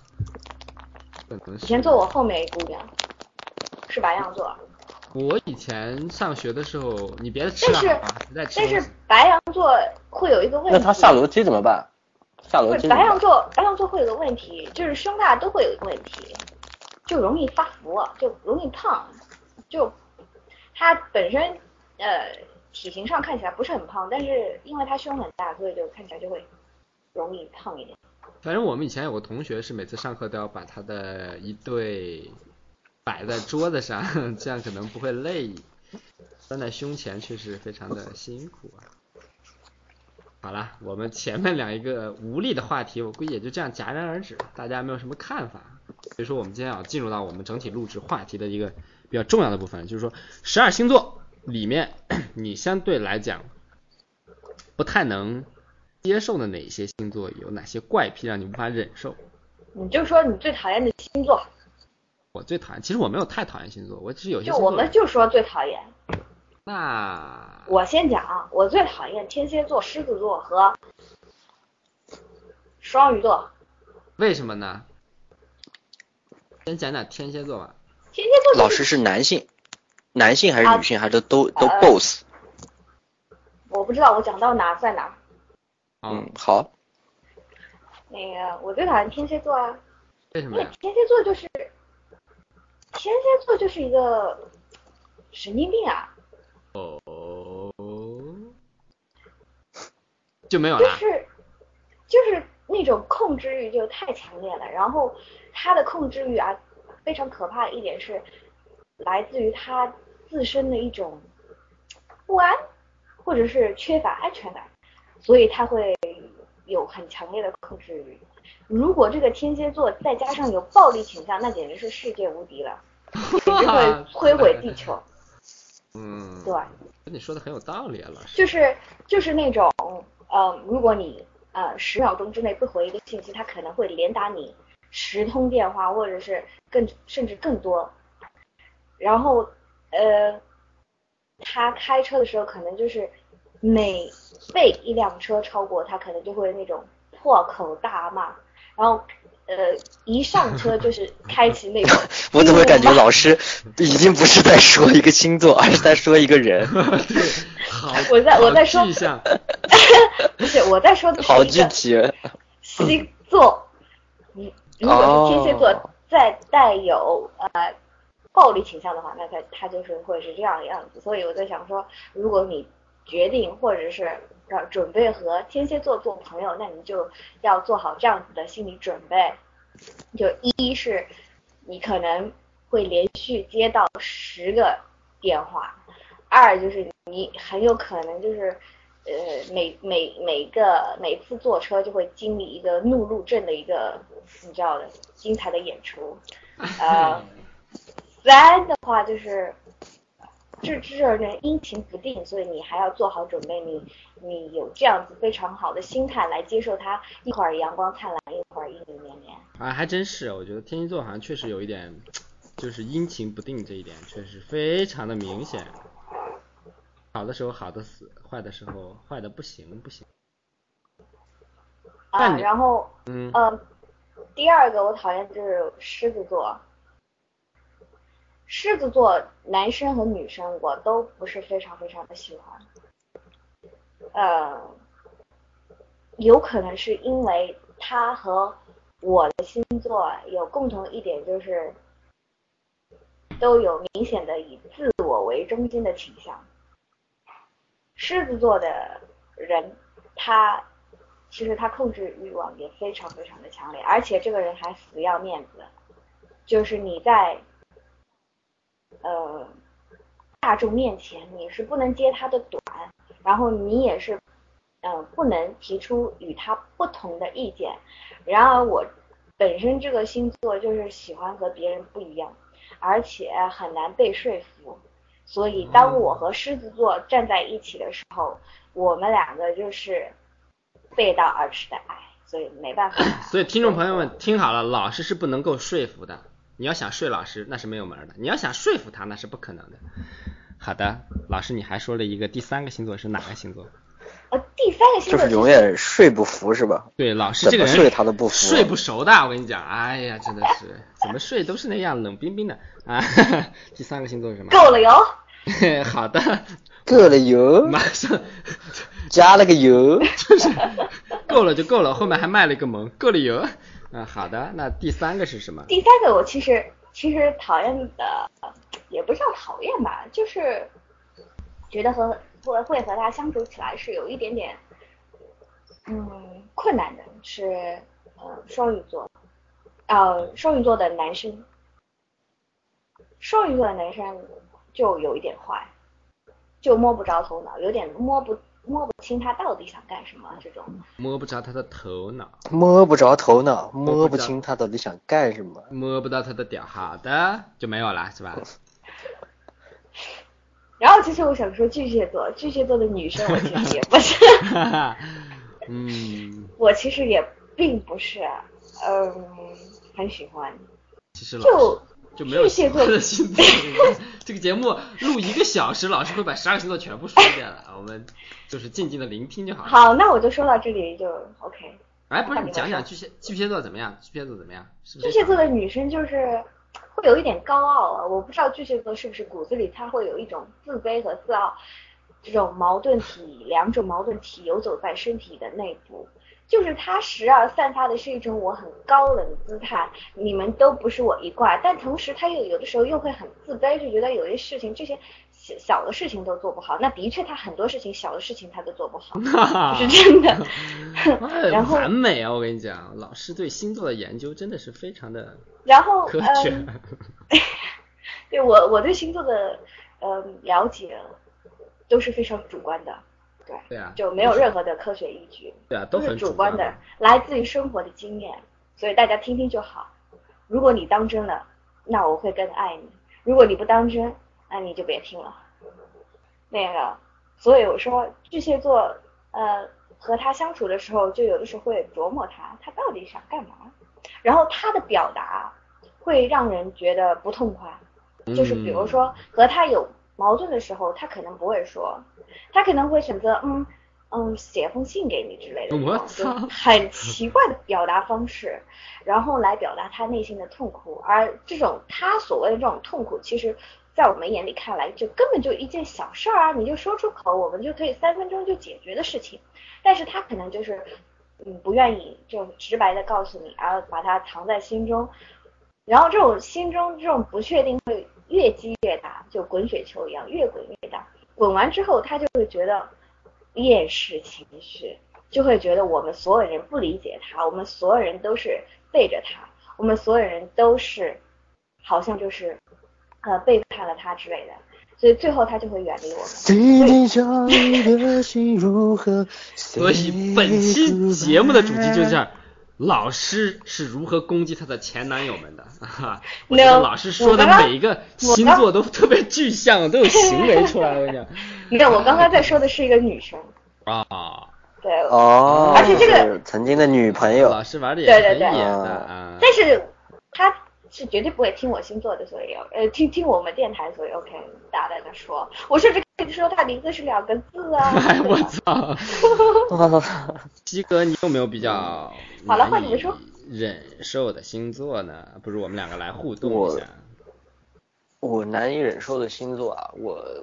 [SPEAKER 4] 以前坐我后面一姑娘是白羊座。
[SPEAKER 2] 我以前上学的时候，你别吃了啊！
[SPEAKER 4] 但是白羊座会有一个问题。
[SPEAKER 3] 那他下楼梯怎么办？
[SPEAKER 4] 白羊座会有个问题，就是胸大都会有一个问题，就容易发福，就容易胖，就他本身体型上看起来不是很胖，但是因为他胸很大，所以就看起来就会容易胖一点。
[SPEAKER 2] 反正我们以前有个同学是每次上课都要把他的一对摆在桌子上，这样可能不会累，端在胸前确实非常的辛苦啊。好了，我们前面一个无力的话题，我估计也就这样戛然而止，大家没有什么看法。所以说我们今天要进入到我们整体录制话题的一个比较重要的部分，就是说12星座里面你相对来讲不太能接受的哪些星座，有哪些怪癖让你无法忍受？
[SPEAKER 4] 你就说你最讨厌的星座。
[SPEAKER 2] 我最讨厌，其实我没有太讨厌星座，我只是有些星座。
[SPEAKER 4] 就我们就说最讨厌。
[SPEAKER 2] 那
[SPEAKER 4] 我先讲，我最讨厌天蝎座、狮子座和双鱼座。
[SPEAKER 2] 为什么呢？先讲讲天蝎座吧。
[SPEAKER 4] 天蝎座、
[SPEAKER 3] 老师是男性还是女性，还是都 both？
[SPEAKER 4] 我不知道，我讲到哪算哪。
[SPEAKER 3] 好。
[SPEAKER 4] 那个，我最讨厌天蝎座啊。
[SPEAKER 2] 为什么呀？
[SPEAKER 4] 天蝎座就是一个神经病啊。
[SPEAKER 2] 就没有了。
[SPEAKER 4] 就是那种控制欲就太强烈了，然后他的控制欲啊，非常可怕的一点是来自于他自身的一种不安，或者是缺乏安全感，所以他会有很强烈的控制欲。如果这个天蝎座再加上有暴力倾向，那简直是世界无敌了，简直会摧毁地球。对，
[SPEAKER 2] 你说的很有道理啊，老师。
[SPEAKER 4] 就是那种如果你10秒钟之内不回一个信息，他可能会连打你10通电话，或者是甚至更多。然后他开车的时候可能就是每被一辆车超过，他可能就会那种破口大骂，然后一上车就是开启那种
[SPEAKER 3] 我怎么感觉老师已经不是在说一个星座，而是在说一个人。
[SPEAKER 2] 好，
[SPEAKER 4] 我在说
[SPEAKER 2] 具象。
[SPEAKER 4] 不是，我在说的是
[SPEAKER 3] 好具体。
[SPEAKER 4] 星座，如果是天蝎座再带有暴力倾向的话，那他就是会是这样的样子。所以我在想说，如果你决定或者是准备和天蝎座做朋友，那你就要做好这样子的心理准备。就一是你可能会连续接到10个电话，二就是你很有可能就是每次坐车就会经历一个怒路症的一个你知道的精彩的演出。3的话就是这人阴晴不定，所以你还要做好准备，你有这样子非常好的心态来接受它，一会儿阳光灿烂，一会儿阴雨绵绵。
[SPEAKER 2] 还真是，我觉得天蝎座好像确实有一点，就是阴晴不定这一点确实非常的明显。好的时候好的死，坏的时候坏的不行。
[SPEAKER 4] 然后第二个我讨厌就是狮子座。狮子座男生和女生我都不是非常非常的喜欢，有可能是因为他和我的星座有共同一点，就是都有明显的以自我为中心的倾向。狮子座的人其实他控制欲望也非常非常的强烈，而且这个人还死要面子，就是你在大众面前你是不能接他的短，然后你也是不能提出与他不同的意见。然而我本身这个星座就是喜欢和别人不一样，而且很难被说服，所以当我和狮子座站在一起的时候，我们两个就是背道而驰的爱，所以没办法。
[SPEAKER 2] 所以听众朋友们听好了，老师是不能够说服的，你要想睡老师那是没有门的，你要想说服他那是不可能的。好的，老师你还说了一个第3个星座是哪个星座？
[SPEAKER 4] 第3个星座
[SPEAKER 3] 就是永远睡不服是吧？
[SPEAKER 2] 对，老师这个人
[SPEAKER 3] 睡他都不服，
[SPEAKER 2] 睡不熟的，我跟你讲，哎呀，真的是怎么睡都是那样冷冰冰的啊。第3个星座是什么？
[SPEAKER 4] 够了哟。
[SPEAKER 2] 好的，
[SPEAKER 3] 够了哟，
[SPEAKER 2] 马上
[SPEAKER 3] 加了个油，
[SPEAKER 2] 就是够了就够了，后面还卖了一个萌，够了油。好的，那第3个是什么？
[SPEAKER 4] 第3个我其实讨厌的也不叫讨厌吧，就是觉得会和他相处起来是有一点点困难的，是双鱼座，双鱼座的男生，双鱼座的男生就有一点坏，就摸不着头脑，有点摸不清他到底想干什么这种。
[SPEAKER 2] 摸不着他的头脑，
[SPEAKER 3] 摸不着头脑，摸不清他到底想干什么，
[SPEAKER 2] 摸不到他的屌，好的就没有了是吧？
[SPEAKER 4] 然后其实我想说巨蟹座的女生我其实也不是我其实也并不是很喜欢。
[SPEAKER 2] 其实就没有喜欢的星座。这个节目录1个小时，老师会把12个星座全部说一遍了，我们就是静静的聆听就好了。
[SPEAKER 4] 好，那我就说到这里就 OK。
[SPEAKER 2] 哎，不是你讲讲巨蟹座怎么样？巨
[SPEAKER 4] 蟹座的女生就是会有一点高傲啊，我不知道巨蟹座是不是骨子里他会有一种自卑和自傲，这种两种矛盾体游走在身体的内部。就是他时而散发的是一种我很高冷的姿态，你们都不是我一挂，但同时他有的时候又会很自卑，就觉得有些事情这些小的事情都做不好。那的确他很多事情小的事情他都做不好，是真的。然后
[SPEAKER 2] 完美啊，我跟你讲，老师对星座的研究真的是非常的科学。
[SPEAKER 4] 对我对星座的了解都是非常主观的。
[SPEAKER 2] 对啊，
[SPEAKER 4] 就没有任何的科学依据。
[SPEAKER 2] 对啊，都很
[SPEAKER 4] 主观的，来自于生活的经验，所以大家听听就好。如果你当真了，那我会更爱你；如果你不当真，那你就别听了。所以我说巨蟹座，和他相处的时候，就有的时候会琢磨他到底想干嘛，然后他的表达会让人觉得不痛快。就是比如说和他有矛盾的时候，他可能不会说，他可能会选择写封信给你之类的，就很奇怪的表达方式，然后来表达他内心的痛苦。而这种他所谓的这种痛苦，其实在我们眼里看来，就根本就一件小事啊，你就说出口，我们就可以3分钟就解决的事情。但是他可能就是不愿意就直白的告诉你，而把它藏在心中。然后这种心中这种不确定会越积越大，就滚雪球一样，越滚越大。滚完之后，他就会觉得厌世情绪，就会觉得我们所有人不理解他，我们所有人都是背着他，我们所有人都是好像就是背叛了他之类的，所以最后他就会远离我们。
[SPEAKER 2] 所以本期节目的主题就是这样。老师是如何攻击他的前男友们的？我觉得老师说的每一个星座都特别具象，都有行为出来了。我跟你讲，
[SPEAKER 4] 你看我刚刚在说的是一个女生
[SPEAKER 2] 啊，
[SPEAKER 4] 对
[SPEAKER 3] 而
[SPEAKER 4] 且这个
[SPEAKER 3] 曾经的女朋友，
[SPEAKER 2] 老师玩的也很野的
[SPEAKER 4] 但是他是绝对不会听我星座的，所以听我们电台，所以 OK 大胆的说，我甚至可以说他名字是2个字啊。
[SPEAKER 2] 哎我操！西哥，你有没有比较
[SPEAKER 4] 好了，换你们说
[SPEAKER 2] 忍受的星座呢？不如我们2个来互动一下。
[SPEAKER 3] 我难以忍受的星座啊，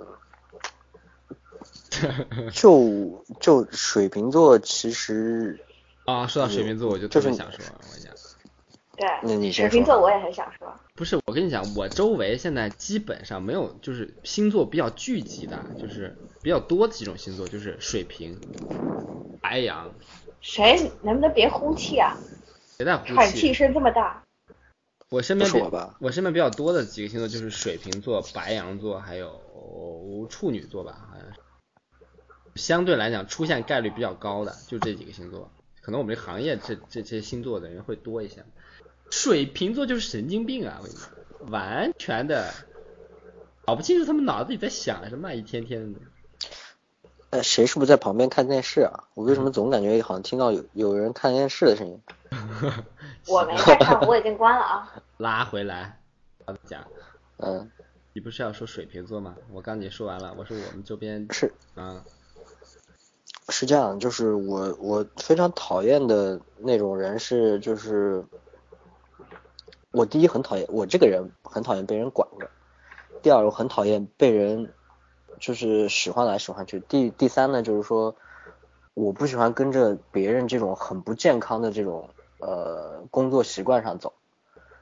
[SPEAKER 3] 就水瓶座，其实
[SPEAKER 2] 啊，说到水瓶座，我就特别想说，我跟你讲。
[SPEAKER 4] 对，
[SPEAKER 3] 那你先说。
[SPEAKER 4] 水瓶座我也很想说。
[SPEAKER 2] 不是，我跟你讲，我周围现在基本上没有，就是星座比较聚集的，就是比较多的几种星座，就是水瓶、白羊。
[SPEAKER 4] 谁能不能别呼气啊？
[SPEAKER 2] 谁在呼气？
[SPEAKER 4] 喘气声这么大。
[SPEAKER 2] 我身边比较多的几个星座就是水瓶座、白羊座，还有处女座吧，好像是。相对来讲，出现概率比较高的就这几个星座，可能我们这行业这些星座的人会多一些。水瓶座就是神经病啊！我跟你讲，完全的搞不清楚他们脑子里在想什么，一天天
[SPEAKER 3] 的。谁是不是在旁边看电视啊？我为什么总感觉好像听到有人看电视的声音？
[SPEAKER 4] 我没在看，我已经关了啊。
[SPEAKER 2] 拉回来，讲，你不是要说水瓶座吗？我刚也说完了，我说我们周边
[SPEAKER 3] 是这样，就是我非常讨厌的那种人是就是我第一很讨厌我这个人很讨厌被人管着，第二我很讨厌被人就是使唤来使唤去，第三呢就是说我不喜欢跟着别人这种很不健康的这种工作习惯上走，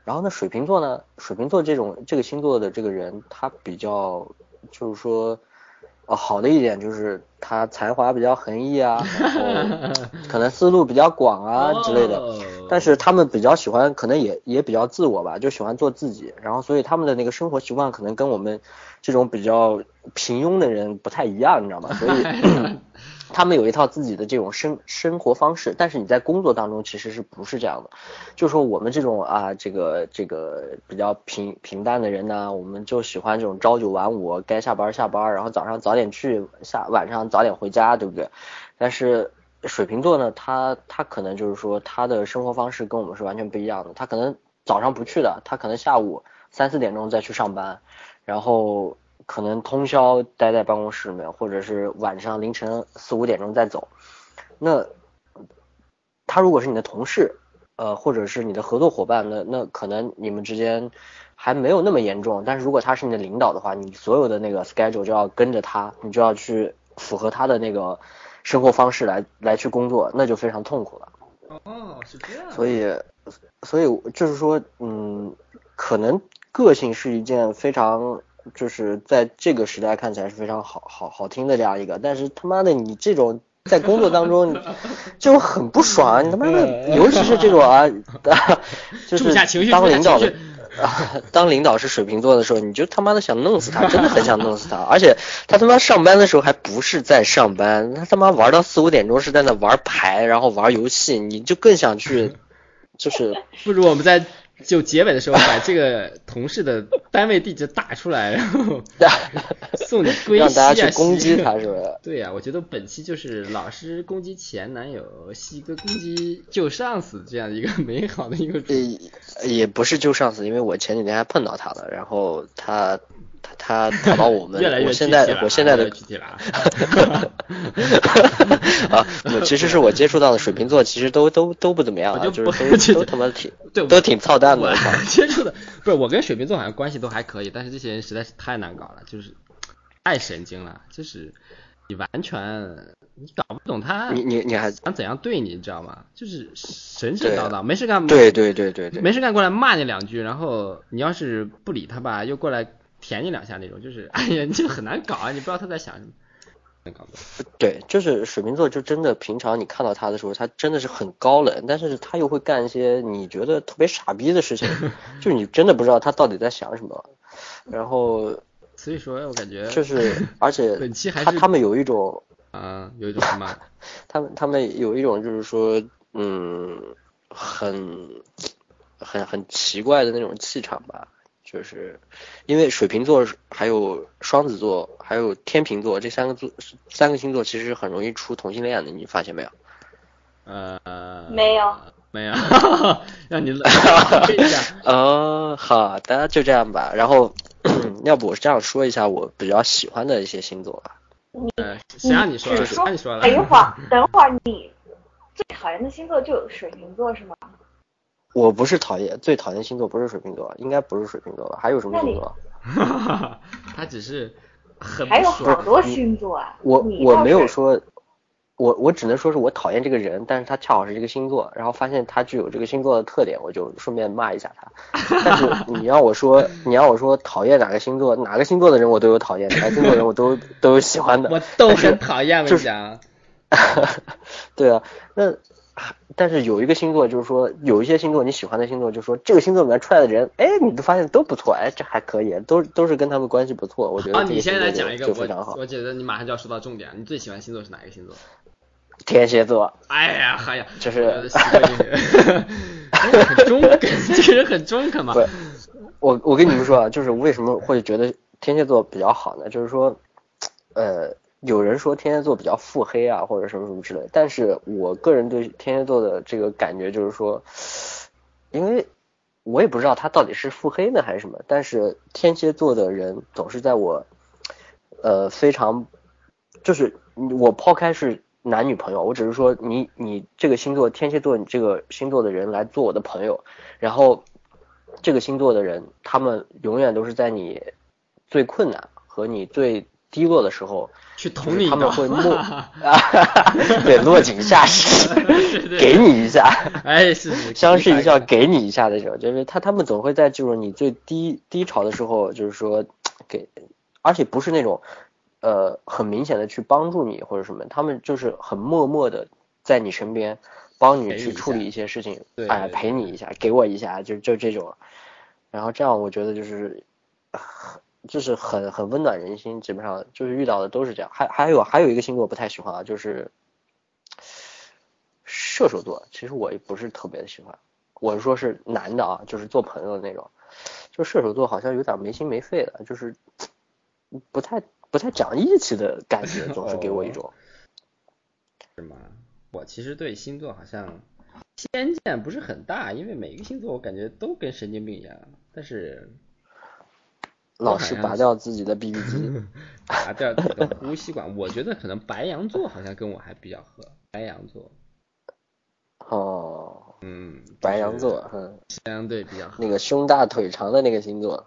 [SPEAKER 3] 然后呢，水瓶座呢，水瓶座这个星座的这个人，他比较就是说，好的一点就是他才华比较横溢啊，然后可能思路比较广啊之类的。但是他们比较喜欢，可能也比较自我吧，就喜欢做自己。然后所以他们的那个生活习惯可能跟我们这种比较平庸的人不太一样，你知道吗？所以他们有一套自己的这种生活方式，但是你在工作当中其实是不是这样的？就是说我们这种这个比较平淡的人呢，我们就喜欢这种朝九晚五，该下班下班，然后早上早点去，晚上早点回家，对不对？但是水瓶座呢，他可能就是说他的生活方式跟我们是完全不一样的，他可能早上不去的，他可能下午3、4点钟再去上班，然后可能通宵待在办公室里面，或者是晚上凌晨4、5点钟再走。那他如果是你的同事，或者是你的合作伙伴，那可能你们之间还没有那么严重。但是如果他是你的领导的话，你所有的那个 schedule 就要跟着他，你就要去符合他的那个生活方式来去工作，那就非常痛苦了。
[SPEAKER 2] 哦，是这样。
[SPEAKER 3] 所以就是说，可能个性是一件非常，就是在这个时代看起来是非常好听的这样一个，但是他妈的你这种在工作当中就很不爽，你他妈的，尤其是这种就是当领导的。当领导是水瓶座的时候，你就他妈的想弄死他，真的很想弄死他。而且他他妈上班的时候还不是在上班，他他妈玩到4、5点钟是在那玩牌，然后玩游戏，你就更想去，就是
[SPEAKER 2] 不如我们在就结尾的时候把这个同事的单位地址打出来，然后送你归西
[SPEAKER 3] 让大家去攻击他，是不是？
[SPEAKER 2] 对呀，我觉得本期就是老师攻击前男友，西哥攻击旧上司这样一个美好的一个。
[SPEAKER 3] 也不是旧上司，因为我前几天还碰到他了，然后他跑到我们，
[SPEAKER 2] 越来越
[SPEAKER 3] 我现在的
[SPEAKER 2] 具体了
[SPEAKER 3] 其实是我接触到的水瓶座，其实都不怎么样啊，就是都他妈都挺操蛋的。
[SPEAKER 2] 接触的不是我跟水瓶座好像关系都还可以，但是这些人实在是太难搞了，就是太神经了，就是你完全你搞不懂他，
[SPEAKER 3] 你还
[SPEAKER 2] 想怎样对你知道吗？就是神神叨叨，没事干，
[SPEAKER 3] 对，
[SPEAKER 2] 没事干过来骂你2句，然后你要是不理他吧，又过来舔你2下那种，就是哎呀，你就很难搞啊，你不知道他在想什么。
[SPEAKER 3] 对，就是水瓶座，就真的平常你看到他的时候，他真的是很高冷，但是他又会干一些你觉得特别傻逼的事情，就是你真的不知道他到底在想什么。然后，
[SPEAKER 2] 所以说我感觉
[SPEAKER 3] 就是，而且
[SPEAKER 2] 本期还是
[SPEAKER 3] 他们有一种
[SPEAKER 2] 有一种什么？
[SPEAKER 3] 他们有一种就是说，很奇怪的那种气场吧。就是因为水瓶座还有双子座还有天秤座这3个星座其实很容易出同性恋的，你发现没有？
[SPEAKER 4] 没有
[SPEAKER 2] 让你冷
[SPEAKER 3] 一下。好的，就这样吧。然后要不我这样说一下我比较喜欢的一些星座吧。
[SPEAKER 2] 谁让你说了？谁让你说了？
[SPEAKER 4] 等会儿你最讨厌的星座就有水瓶座是吗？
[SPEAKER 3] 我不是最讨厌星座不是水瓶座，应该不是水瓶座吧？还有什么星座？
[SPEAKER 2] 他只是
[SPEAKER 4] 还有好多星座啊。
[SPEAKER 3] 我没有说，我只能说是我讨厌这个人，但是他恰好是这个星座，然后发现他具有这个星座的特点，我就顺便骂一下他。但是你要我说讨厌哪个星座的人我都有讨厌，哪个星座的人我都有喜欢的。
[SPEAKER 2] 我都很讨厌，我讲。
[SPEAKER 3] 对啊，但是有一个星座就是说，有一些星座你喜欢的星座，就是说这个星座里面出来的人，你都发现都不错，这还可以，都是跟他们关系不错，我觉得。
[SPEAKER 2] 你现在讲一个
[SPEAKER 3] 非常好。
[SPEAKER 2] 我觉得你马上就要说到重点，你最喜欢星座是哪一个星座？
[SPEAKER 3] 天蝎座。
[SPEAKER 2] 哎呀，
[SPEAKER 3] 就是
[SPEAKER 2] 很中肯，这个人很中肯嘛。
[SPEAKER 3] 我跟你们说啊，就是为什么会觉得天蝎座比较好呢？就是说，有人说天蝎座比较腹黑啊，或者什么什么之类的，但是我个人对天蝎座的这个感觉就是说，因为我也不知道他到底是腹黑呢还是什么，但是天蝎座的人总是在我非常，就是我抛开是男女朋友，我只是说你这个星座天蝎座你这个星座的人来做我的朋友，然后这个星座的人他们永远都是在你最困难和你最低落的时候，
[SPEAKER 2] 去捅你一刀，
[SPEAKER 3] 他们会对，落井下石，给你一下，
[SPEAKER 2] 哎，是
[SPEAKER 3] 相视一笑，给你一下的时候，就是他们总会在这种你最低潮的时候，就是说而且不是那种很明显的去帮助你或者什么，他们就是很默默的在你身边帮你去处理一些事情，哎，陪你一下，给我一下，就这种，然后这样我觉得就是很温暖人心，基本上就是遇到的都是这样。还有一个星座我不太喜欢啊，就是射手座，其实我也不是特别的喜欢，我是说是男的啊，就是做朋友的那种，就射手座好像有点没心没肺的，就是不太讲义气的感觉，总是给我一种。
[SPEAKER 2] 是吗？我其实对星座好像偏见不是很大，因为每个星座我感觉都跟神经病一样，但是
[SPEAKER 3] 老是拔掉自己的 BB 机，
[SPEAKER 2] 拔掉自己的呼吸管。我觉得可能白羊座好像跟我还比较合，白羊座。
[SPEAKER 3] 哦，
[SPEAKER 2] 白
[SPEAKER 3] 羊座，
[SPEAKER 2] 相对比较合。
[SPEAKER 3] 那个胸大腿长的那个星座。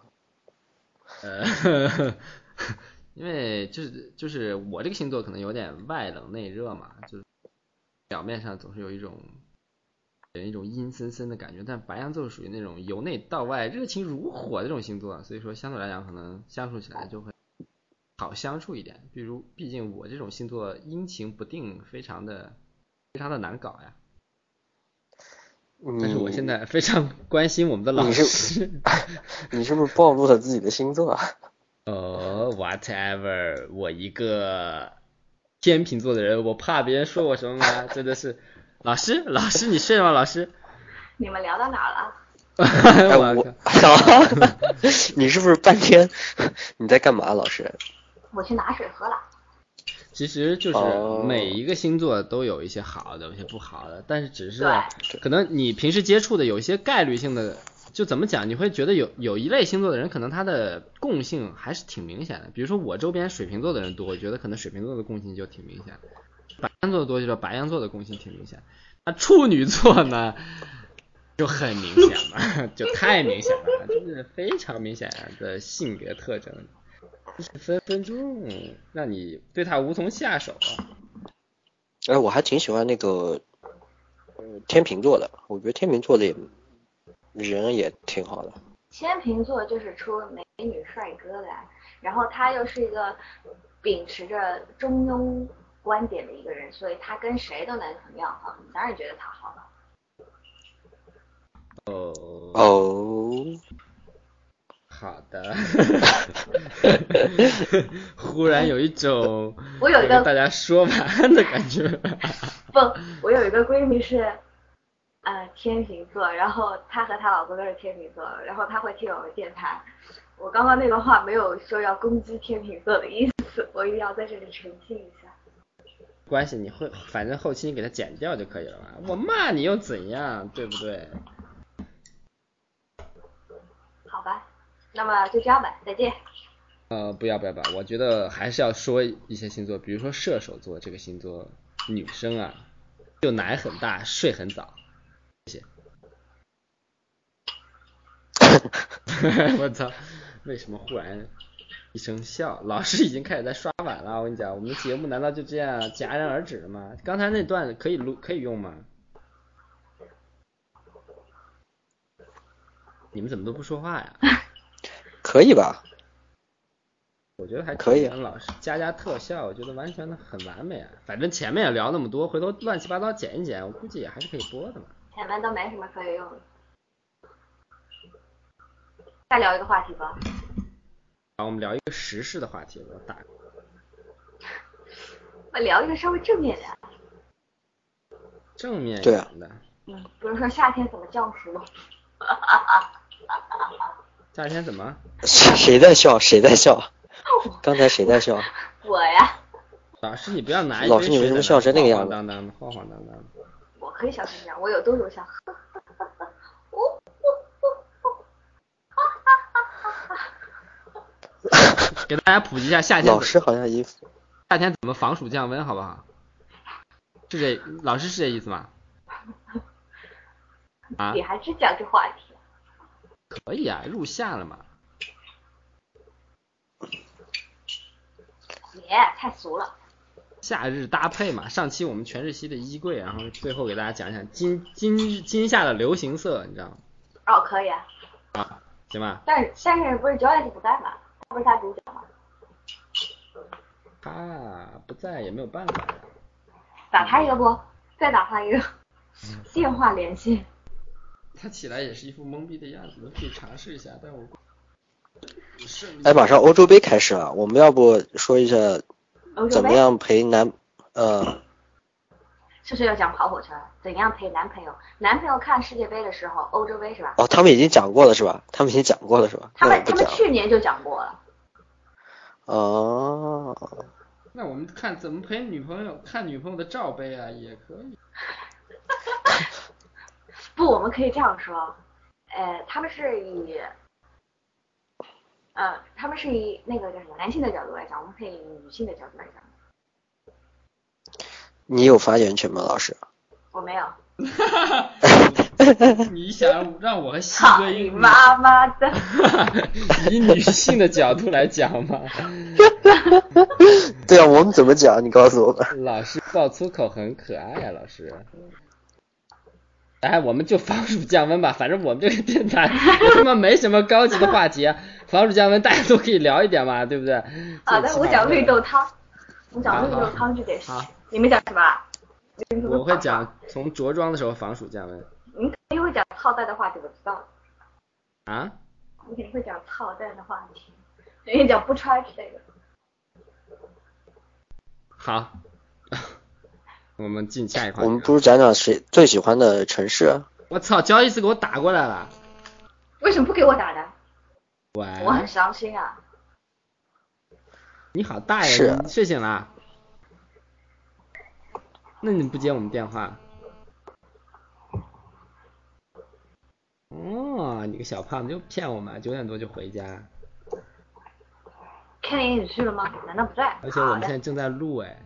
[SPEAKER 2] 因为就是我这个星座可能有点外冷内热嘛，就是表面上总是有一种阴森森的感觉，但白羊座属于那种由内到外热情如火的这种星座，所以说相对来讲可能相处起来就会好相处一点。毕竟我这种星座阴晴不定，非常的难搞呀。但是我现在非常关心我们的老师。
[SPEAKER 3] 你是不是暴露了自己的星座
[SPEAKER 2] ？whatever， 我一个天秤座的人，我怕别人说我什么吗？真的是，老师你睡了吗？老师，
[SPEAKER 4] 你们聊到哪了？
[SPEAKER 3] 你是不是半天你在干嘛？老师，
[SPEAKER 4] 我去拿水喝了。
[SPEAKER 2] 其实就是每一个星座都有一些好的，有一些不好的，但是只是可能你平时接触的有一些概率性的，就怎么讲，你会觉得有一类星座的人，可能他的共性还是挺明显的。比如说我周边水瓶座的人多，我觉得可能水瓶座的共性就挺明显的；白羊座的多，就说白羊座的共性挺明显。那处女座呢，就很明显了，就太明显了，就是非常明显的性格特征。分分钟让你对他无从下手
[SPEAKER 3] 啊！我还挺喜欢那个天秤座的，我觉得天秤座的人也挺好的。
[SPEAKER 4] 天秤座就是出美女帅哥来，然后他又是一个秉持着中庸观点的一个人，所以他跟谁都能很要好，你当然觉得他好了。
[SPEAKER 2] 好的。忽然有一种
[SPEAKER 4] 我有一个
[SPEAKER 2] 大家说完的感觉。
[SPEAKER 4] 不，我有一个闺蜜是天秤座，然后她和她老公都是天秤座，然后她会听我们电台。我刚刚那个话没有说要攻击天秤座的意思，我一定要在这里澄清一下。
[SPEAKER 2] 关系反正后期你给它剪掉就可以了嘛，我骂你又怎样，对不对？
[SPEAKER 4] 好吧，那么就这样吧，再见。
[SPEAKER 2] 不要，我觉得还是要说一些星座，比如说射手座这个星座，女生啊，就奶很大，睡很早。谢谢。我操，为什么忽然一声笑？老师已经开始在刷碗了，我跟你讲，我们的节目难道就这样戛然而止了吗？刚才那段可以用吗？你们怎么都不说话呀？
[SPEAKER 3] 可以吧？
[SPEAKER 2] 我觉得还
[SPEAKER 3] 可以。
[SPEAKER 2] 老师加特效，我觉得完全的很完美啊。反正前面也聊那么多，回头乱七八糟剪一剪，我估计也还是可以播的嘛。
[SPEAKER 4] 前面都没什么可以用的。再聊一个话题吧。
[SPEAKER 2] 好，我们聊一个时事的话题。
[SPEAKER 4] 我聊一个稍微正面的。
[SPEAKER 2] 正面的。
[SPEAKER 3] 对啊。
[SPEAKER 4] 比如说夏天怎么降暑。
[SPEAKER 2] 夏天怎么？
[SPEAKER 3] 谁在笑？刚才谁在笑？
[SPEAKER 4] 我呀。
[SPEAKER 2] 老师，你不要拿一
[SPEAKER 3] 老师，你为什么笑成那个样子？
[SPEAKER 2] 晃晃荡荡的。
[SPEAKER 4] 我可以笑成这样，我有多久笑？
[SPEAKER 2] 给大家普及一下夏天。
[SPEAKER 3] 老师好像
[SPEAKER 2] 夏天怎么防暑降温，好不好？老师是这意思吗？啊？
[SPEAKER 4] 你还是讲这话题？
[SPEAKER 2] 可以啊，入夏了嘛。
[SPEAKER 4] 太俗了。
[SPEAKER 2] 夏日搭配嘛，上期我们全日系的衣柜，然后最后给大家讲一讲今夏的流行色，你知道吗？
[SPEAKER 4] 哦，可以啊。
[SPEAKER 2] 啊，行吧。
[SPEAKER 4] 但是不是 Joyce 不在嘛？不是他主讲吗？
[SPEAKER 2] 他不在也没有办法呀。
[SPEAKER 4] 打他一个不？再打他一个，电话连线。
[SPEAKER 2] 他起来也是一副懵逼的样子，可以尝试一下，但我
[SPEAKER 3] 哎，马上欧洲杯开始了，我们要不说一下怎么样陪
[SPEAKER 4] 就是要讲跑火车，怎样陪男朋友？男朋友看世界杯的时候，欧洲杯是吧？
[SPEAKER 3] 哦，他们已经讲过了是吧？他们
[SPEAKER 4] 去年就讲过了。
[SPEAKER 3] 哦。
[SPEAKER 2] 那我们看怎么陪女朋友看女朋友的罩杯啊，也可以。
[SPEAKER 4] 不，我们可以这样说，他们是以那个叫什么男性的角度来讲，我们可以以女性的角度来讲。
[SPEAKER 3] 你有发言权吗，老师？
[SPEAKER 4] 我没有。
[SPEAKER 2] 你想让我和西哥
[SPEAKER 4] 你妈妈的
[SPEAKER 2] 以女性的角度来讲吗？
[SPEAKER 3] 对啊，我们怎么讲？你告诉我们。
[SPEAKER 2] 老师爆粗口很可爱啊，老师。哎，我们就防暑降温吧，反正我们这个电台他妈没什么高级的话题啊，防暑降温大家都可以聊一点嘛，对不对？
[SPEAKER 4] 好的，我讲绿豆汤，就得。
[SPEAKER 2] 好，
[SPEAKER 4] 你们讲什么？
[SPEAKER 2] 我会讲从着装的时候防暑降温。
[SPEAKER 4] 你肯定会讲操蛋的话题，我知道。
[SPEAKER 2] 啊？
[SPEAKER 4] 你肯定会讲操蛋的话题，肯定讲不穿之类的。
[SPEAKER 2] 好。我们进下一块。
[SPEAKER 3] 我们不如讲讲谁最喜欢的城市啊？
[SPEAKER 2] 我操，交易斯给我打过来了。
[SPEAKER 4] 为什么不给我打呢？
[SPEAKER 2] 喂。
[SPEAKER 4] 我很伤心啊。
[SPEAKER 2] 你好大呀，你睡醒了？那你不接我们电话？哦，你个小胖子就骗我们，9点多就回家。
[SPEAKER 4] 看电影去了吗？难道不在？
[SPEAKER 2] 而且我们现在正在录哎。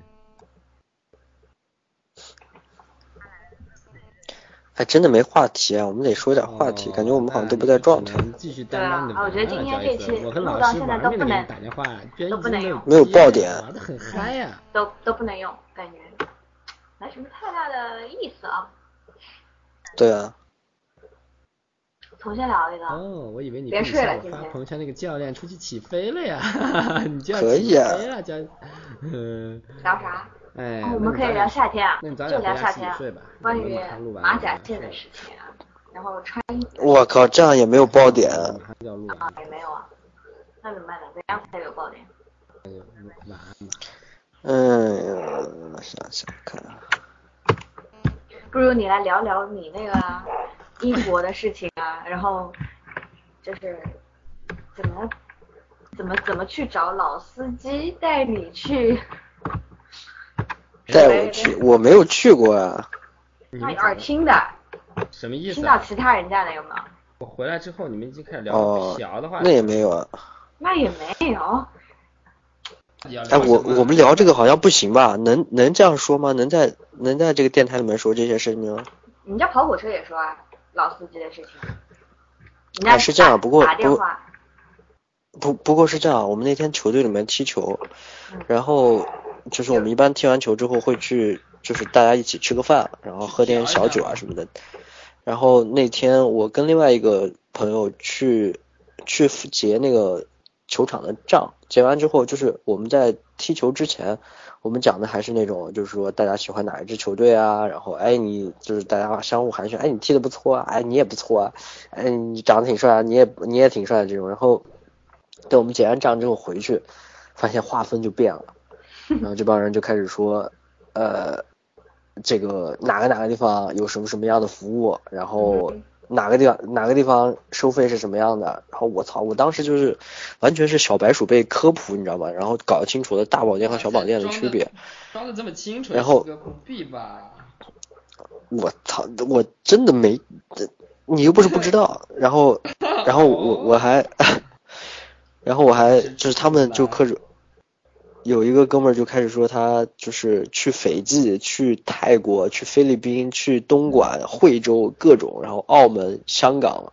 [SPEAKER 3] 还真的没话题啊，我们得说点话题，感觉我们好像都不在状态。
[SPEAKER 2] 继续担当你的。
[SPEAKER 4] 我觉得今天这期
[SPEAKER 2] 我跟老师玩命的给你打电话，
[SPEAKER 4] 都不能用，
[SPEAKER 3] 没有爆点，
[SPEAKER 2] 玩得很嗨呀。
[SPEAKER 4] 都不能用，感觉没什么太大的意思啊。
[SPEAKER 3] 对啊。
[SPEAKER 4] 重新聊一个。
[SPEAKER 2] 哦，我以为你
[SPEAKER 4] 别睡了，今
[SPEAKER 2] 天发朋友圈那个教练出去起飞了呀，你就要
[SPEAKER 3] 起
[SPEAKER 2] 飞了，
[SPEAKER 4] 聊啥？
[SPEAKER 2] 哎，
[SPEAKER 4] 我们可以聊夏天啊，
[SPEAKER 2] 就
[SPEAKER 4] 聊夏天，关于马甲线的事情啊，然后穿衣服。
[SPEAKER 3] 我靠，这样也没有爆点
[SPEAKER 4] 啊，也没有啊，那怎么办呢？怎样才有爆点？
[SPEAKER 3] 想想看。
[SPEAKER 4] 不如你来聊聊你那个英国的事情啊，然后就是怎么去找老司机带你去。
[SPEAKER 3] 带我去，我没有去过啊。
[SPEAKER 4] 那耳听的。
[SPEAKER 2] 什么意思？
[SPEAKER 4] 听到其他人家的有没有？
[SPEAKER 2] 我回来之后，你们已经开始聊嫖的话。
[SPEAKER 3] 那也没有啊。
[SPEAKER 4] 那也没有。
[SPEAKER 3] 哎，我们聊这个好像不行吧？能这样说吗？能在这个电台里面说这些事情吗？
[SPEAKER 4] 人家跑火车也说啊，老司机的事情。
[SPEAKER 3] 哎，是这样，不过是这样，我们那天球队里面踢球，然后就是我们一般踢完球之后会去，就是大家一起吃个饭，然后喝点小酒啊什么的。然后那天我跟另外一个朋友去结那个球场的账，结完之后就是我们在踢球之前，我们讲的还是那种就是说大家喜欢哪一支球队啊，然后哎你就是大家相互寒暄，哎你踢得不错啊，哎你也不错啊，哎你长得挺帅啊，你也挺帅的这种。然后等我们结完账之后回去，发现划分就变了，然后这帮人就开始说这个哪个地方有什么样的服务，然后哪个地方收费是什么样的。然后我操，我当时就是完全是小白鼠被科普，你知道吗？然后搞清楚了大保健和小保健的区别。
[SPEAKER 2] 装的这么清楚，
[SPEAKER 3] 然后
[SPEAKER 2] 不必吧？
[SPEAKER 3] 我操，我真的没，你又不是不知道。然后我还就是他们就有一个哥们儿就开始说他就是去斐济、去泰国、去菲律宾、去东莞、惠州各种，然后澳门、香港，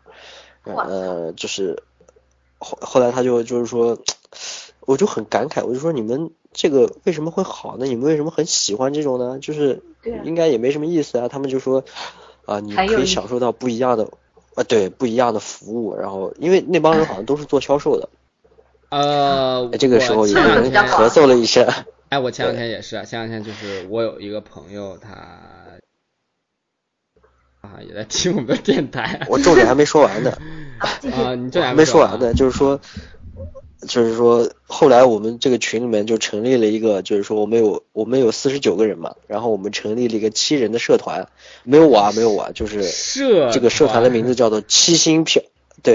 [SPEAKER 3] 就是后来他就是说，我就很感慨，我就说你们这个为什么会好呢？你们为什么很喜欢这种呢？就是应该也没什么意思啊。他们就说你可以享受到不一样的对不一样的服务。然后因为那帮人好像都是做销售的。这个时候有人咳嗽了一声。
[SPEAKER 2] 我前两天也是啊，前两天就是我有一个朋友，他也在听我们的电台。
[SPEAKER 3] 我重点还没说完呢。
[SPEAKER 2] 你重点
[SPEAKER 3] 还没说完呢，就是说后来我们这个群里面就成立了一个，就是说我们有49个人嘛，然后我们成立了一个7人的社团，没有我，就是这个社团的名字叫做七星瓢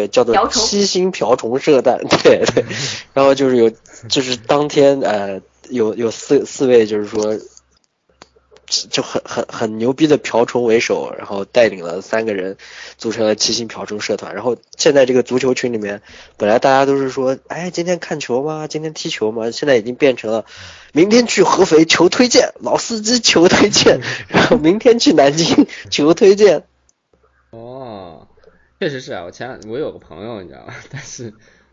[SPEAKER 3] 虫社团，对，然后就是当天有四位就是说就很牛逼的瓢虫为首，然后带领了3个人组成了七星瓢虫社团。然后现在这个足球群里面，本来大家都是说，今天看球吗？今天踢球吗？现在已经变成了明天去合肥求推荐，老司机求推荐，然后明天去南京求推荐。
[SPEAKER 2] 确实是啊，我有个朋友你知道吗？但是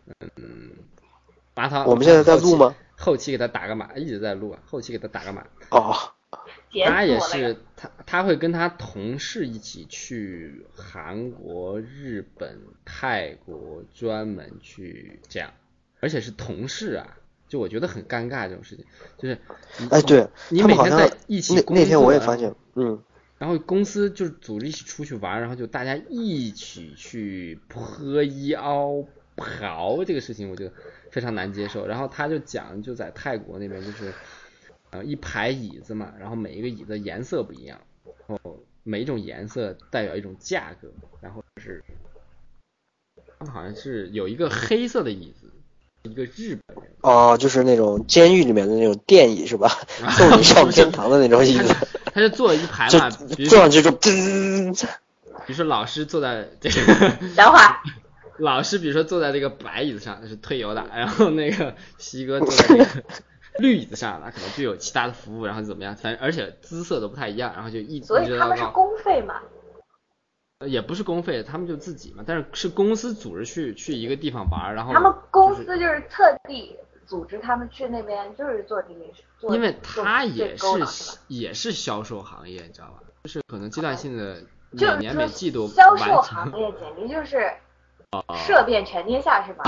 [SPEAKER 3] 我们现在在录吗？
[SPEAKER 2] 后期给他打个码，一直在录啊，后期给他打个码。他也是他会跟他同事一起去韩国、日本、泰国，专门去这样，而且是同事啊，就我觉得很尴尬这种事情，就是
[SPEAKER 3] 对，
[SPEAKER 2] 你每天在一起工作，
[SPEAKER 3] 那天我也发现，
[SPEAKER 2] 然后公司就是组织一起出去玩，然后就大家一起去喝1敖刨这个事情，我觉得非常难接受。然后他就讲，就在泰国那边就是一排椅子嘛，然后每一个椅子颜色不一样，然后每一种颜色代表一种价格，然后是好像是有一个黑色的椅子，一个日本人
[SPEAKER 3] 就是那种监狱里面的那种电椅是吧？送你上天堂的那种椅子。
[SPEAKER 2] 他就坐了一排嘛，
[SPEAKER 3] 坐上去就
[SPEAKER 2] 比如说老师坐在这个
[SPEAKER 4] 等会儿，
[SPEAKER 2] 老师比如说坐在这个白椅子上，那是推油的，然后那个西哥坐在这个绿椅子上，那可能就有其他的服务，然后就怎么样，反正而且姿色都不太一样，然后就
[SPEAKER 4] 所以他们是公费嘛？
[SPEAKER 2] 也不是公费，他们就自己嘛，但是是公司组织去一个地方玩，然后
[SPEAKER 4] 他们公司就是特地组织他们去那边，就是做这件事。
[SPEAKER 2] 因为他也是销售行业，你知道吧？就是可能阶段性的每年每季度
[SPEAKER 4] 销售行业简直就是射遍全天下是吧？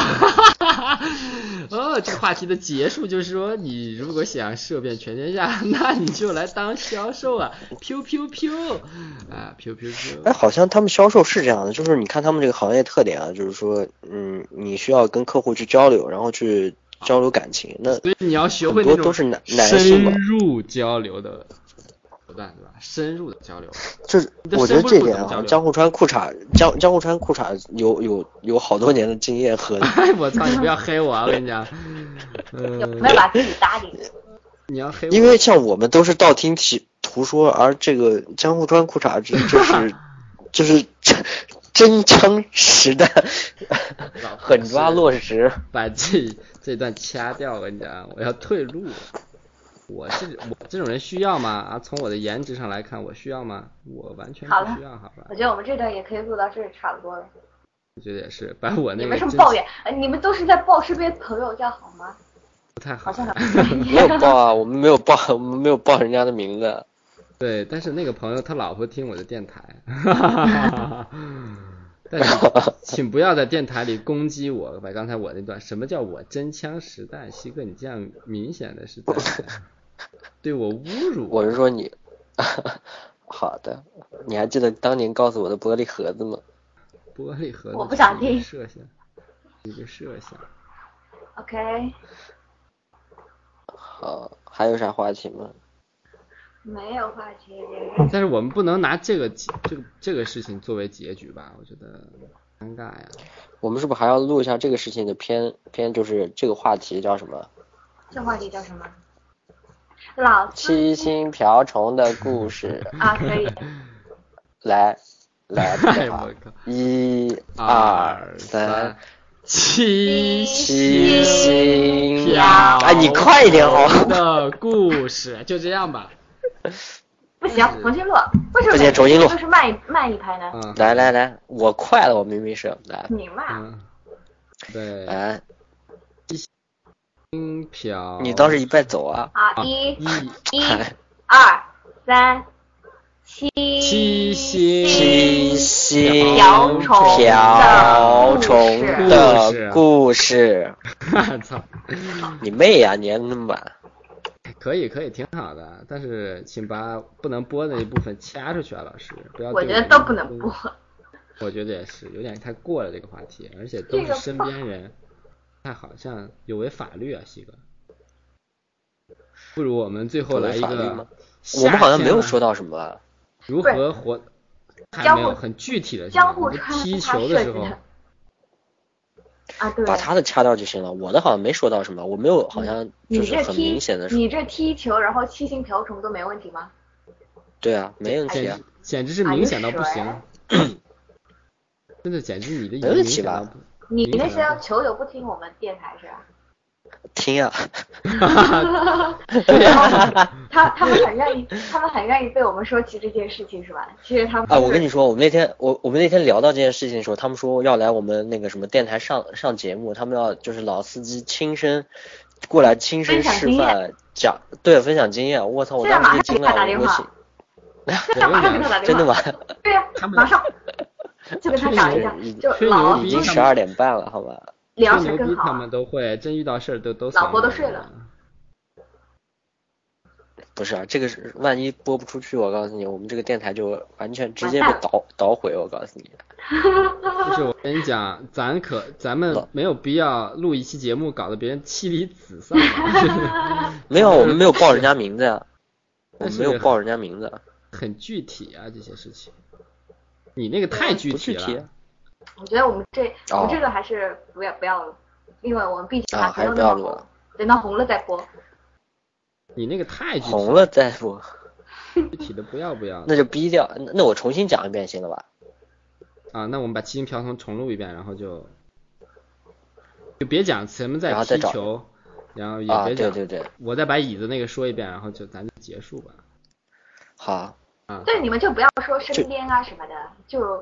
[SPEAKER 2] 这个话题的结束就是说，你如果想射遍全天下，那你就来当销售啊！飘飘飘啊，飘飘飘！
[SPEAKER 3] 好像他们销售是这样的，就是你看他们这个行业特点啊，就是说，你需要跟客户去交流，然后去交流感情，那
[SPEAKER 2] 所以你要学会那种
[SPEAKER 3] 都是男性嘛，
[SPEAKER 2] 深入交流的手段，对吧？深入的交流，
[SPEAKER 3] 就是我觉得这点啊，江户川裤衩有好多年的经验和。
[SPEAKER 2] 我操，你不要黑我啊！我跟你讲，
[SPEAKER 4] 有没有把自己搭进去？
[SPEAKER 2] 你要黑我，
[SPEAKER 3] 因为像我们都是道听途说，而这个江户川裤衩就是真枪实弹，狠抓落实。
[SPEAKER 2] 把这段掐掉，我跟你讲，我要退路。我这种人需要吗？从我的颜值上来看，我需要吗？我完全不需要，好吧？
[SPEAKER 4] 我觉得我们这段也可以录到这里差不多了。
[SPEAKER 2] 我觉得也是，把我那个。
[SPEAKER 4] 你们什么抱怨？你们都是在报身边朋友叫好吗？
[SPEAKER 2] 不太好。
[SPEAKER 4] 好像
[SPEAKER 3] 没有报啊，我们没有报人家的名字。
[SPEAKER 2] 对，但是那个朋友他老婆听我的电台。但是请不要在电台里攻击我，把刚才我那段什么叫我真枪实弹，西哥你这样明显的是在对我侮辱。
[SPEAKER 3] 我是说你好的，你还记得当年告诉我的玻璃盒子吗？
[SPEAKER 2] 玻璃盒子
[SPEAKER 4] 我不想听，
[SPEAKER 2] 一个设想
[SPEAKER 4] OK。
[SPEAKER 3] 好，还有啥话题吗？
[SPEAKER 4] 没有话题。
[SPEAKER 2] 但是我们不能拿这个事情作为结局吧，我觉得尴尬呀。
[SPEAKER 3] 我们是不是还要录一下这个事情的篇，就是这个话题叫什么？
[SPEAKER 4] 这话题叫什么？老
[SPEAKER 3] 七星瓢虫的故事
[SPEAKER 4] 啊，可以。
[SPEAKER 3] 来，1、2、3，
[SPEAKER 2] 七
[SPEAKER 3] 星
[SPEAKER 4] 瓢
[SPEAKER 3] 你快一点好
[SPEAKER 2] 的故事，就这样吧。
[SPEAKER 4] 不行，重新录。为什么？
[SPEAKER 3] 不行，重新录。
[SPEAKER 4] 就是慢一拍呢？
[SPEAKER 3] 来，我快了，我明明是来。
[SPEAKER 4] 你慢。
[SPEAKER 2] 对。
[SPEAKER 3] 来。
[SPEAKER 2] 星瓢，
[SPEAKER 3] 你倒是一拜走啊！
[SPEAKER 4] 好，
[SPEAKER 2] 啊
[SPEAKER 4] 一、
[SPEAKER 2] 一
[SPEAKER 4] 二、三，
[SPEAKER 2] 七
[SPEAKER 3] 七星
[SPEAKER 4] 瓢
[SPEAKER 3] 虫的故事。
[SPEAKER 2] 操，
[SPEAKER 3] 你妹呀！你那么晚。
[SPEAKER 2] 可以，挺好的，但是请把不能播的那一部分掐出去啊，老师，不要。
[SPEAKER 4] 我觉得都不能播。
[SPEAKER 2] 我觉得也是，有点太过了这个话题，而且都是身边人，太好像有违法律啊，西哥。不如我们最后来一个，
[SPEAKER 3] 我们好像没有说到什么
[SPEAKER 2] 如何活，还没有很具体的。
[SPEAKER 4] 江户川
[SPEAKER 2] 踢球的时候
[SPEAKER 4] 啊，对，
[SPEAKER 3] 把他的掐掉就行了。我的好像没说到什么，我没有好像就是很明显的。
[SPEAKER 4] 你这踢球，然后七星瓢虫都没问题吗？
[SPEAKER 3] 对啊，没问题啊，
[SPEAKER 2] 简直是明显到不行。真的简直你的
[SPEAKER 3] 没问题吧？
[SPEAKER 4] 你那些球友不听我们电台是吧？
[SPEAKER 3] 听啊。
[SPEAKER 2] 对啊。
[SPEAKER 4] 他们很愿意被我们说起这件事情是吧？其实他们
[SPEAKER 3] 我跟你说，我们那天聊到这件事情的时候，他们说要来我们那个什么电台上节目，他们要就是老司机亲身过来亲身示范讲，对，分享经验。我操，我当时就惊了，我微信。真的吗？
[SPEAKER 4] 对呀，马上就跟他讲一下，就老
[SPEAKER 3] 已经12点半了，好吧？
[SPEAKER 4] 聊起来更好。
[SPEAKER 2] 他们都会，真遇到事儿都
[SPEAKER 4] 老婆都睡了。
[SPEAKER 3] 不是啊，这个是万一播不出去，我告诉你，我们这个电台就完全直接被捣毁，我告诉你。
[SPEAKER 2] 就是我跟你讲，咱们没有必要录一期节目搞得别人妻离子散。
[SPEAKER 3] 没有，我们没有报人家名字呀，我们没有报人家名字。
[SPEAKER 2] 很具体啊，这些事情。你那个太具体了。
[SPEAKER 4] 我觉得我们这个还是不要，因为我们毕竟
[SPEAKER 3] 还是不要录了，
[SPEAKER 4] 等到红了再播。
[SPEAKER 2] 你那个太具体了，
[SPEAKER 3] 红了再播。
[SPEAKER 2] 具体的不要。
[SPEAKER 3] 那就逼掉，那我重新讲一遍行了吧？
[SPEAKER 2] 啊，那我们把七星瓢虫重录一遍，然后就别讲咱们在踢球，然后也别讲，
[SPEAKER 3] 对，
[SPEAKER 2] 我再把椅子那个说一遍，然后咱就结束吧。
[SPEAKER 3] 好。
[SPEAKER 4] 对，你们就不要说身边啊什么的，就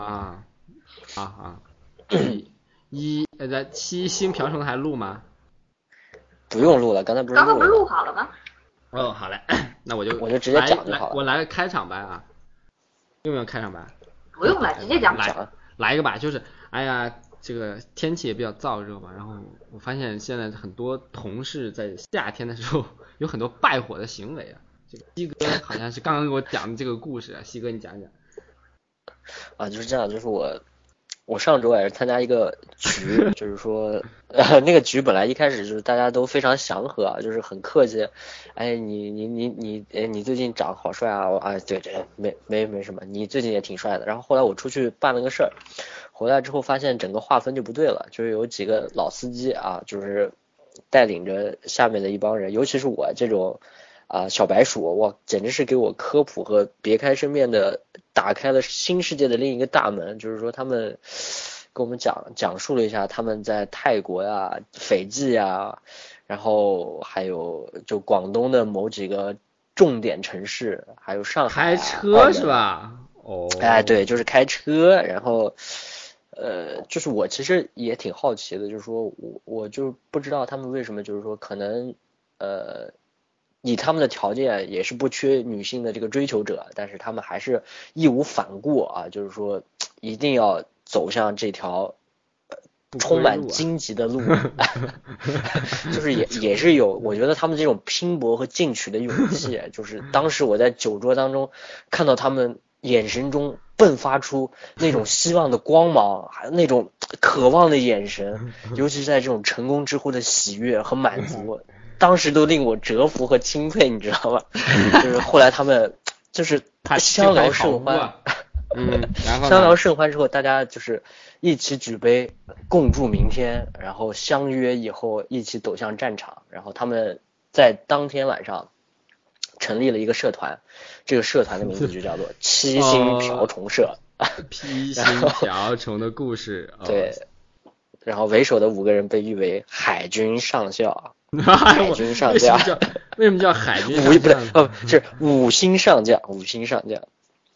[SPEAKER 2] 七星瓢虫还录吗？
[SPEAKER 3] 不用录了，刚才不是
[SPEAKER 4] 录好了吗？
[SPEAKER 2] 哦，好嘞，那我就
[SPEAKER 3] 直接讲就好了。
[SPEAKER 2] 我来个开场白啊，用不用开场白？
[SPEAKER 4] 不用了，直接讲。
[SPEAKER 2] 来一个吧，就是哎呀，这个天气也比较燥热嘛，然后我发现现在很多同事在夏天的时候有很多败火的行为啊。这个西哥好像是刚刚给我讲的这个故事啊，西哥你讲讲。
[SPEAKER 3] 啊，就是这样，就是我上周也是参加一个局，就是说那个局本来一开始就是大家都非常祥和啊，就是很客气，哎你最近长得好帅啊，对，没什么，你最近也挺帅的。然后后来我出去办了个事儿，回来之后发现整个划分就不对了，就是有几个老司机啊，就是带领着下面的一帮人，尤其是我这种小白鼠，哇，简直是给我科普和别开生面的打开了新世界的另一个大门。就是说他们跟我们讲述了一下他们在泰国呀、斐济呀，然后还有就广东的某几个重点城市，还有上海
[SPEAKER 2] 开车是吧？
[SPEAKER 3] 对，就是开车。然后就是我其实也挺好奇的，就是说我就不知道他们为什么就是说可能以他们的条件也是不缺女性的这个追求者，但是他们还是义无反顾啊，就是说一定要走向这条充满荆棘的路。就是也是有，我觉得他们这种拼搏和进取的勇气，就是当时我在酒桌当中看到他们眼神中迸发出那种希望的光芒，还有那种渴望的眼神，尤其是在这种成功之后的喜悦和满足，当时都令我折服和钦佩，你知道吗？就是后来他们就是相聊甚欢，
[SPEAKER 2] 然后
[SPEAKER 3] 相聊甚欢之后，大家就是一起举杯共祝明天，然后相约以后一起走向战场。然后他们在当天晚上成立了一个社团，这个社团的名字就叫做七星瓢虫社。
[SPEAKER 2] 七星瓢虫的故事。
[SPEAKER 3] 对，然后为首的5个人被誉为海军上校。海军上将，
[SPEAKER 2] 为什么叫海军上将？
[SPEAKER 3] 是5星上将，5星上将。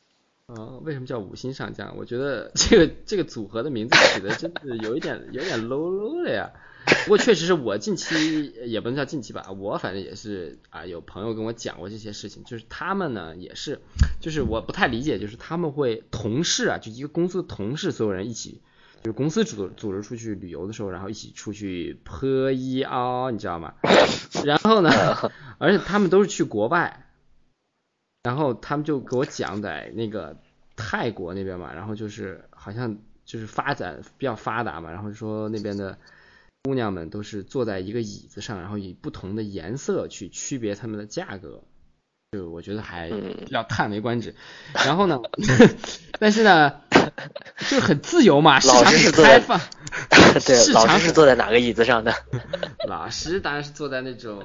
[SPEAKER 2] 为什么叫五星上将？我觉得这个组合的名字起的真是有点 low 的呀。不过确实是我近期也不能叫近期吧，我反正也是有朋友跟我讲过这些事情，就是他们呢也是，就是我不太理解，就是他们会同事就一个公司的同事，所有人一起，就是公司组织出去旅游的时候，然后一起出去破衣你知道吗？然后呢，而且他们都是去国外。然后他们就给我讲在那个泰国那边嘛，然后就是好像就是发展比较发达嘛，然后说那边的姑娘们都是坐在一个椅子上，然后以不同的颜色去区别他们的价格，就我觉得还比较叹为观止。然后呢，但是呢，就很自由嘛，市场很开放。
[SPEAKER 3] 对，老师是坐在哪个椅子上的？
[SPEAKER 2] 老师当然是坐在那种。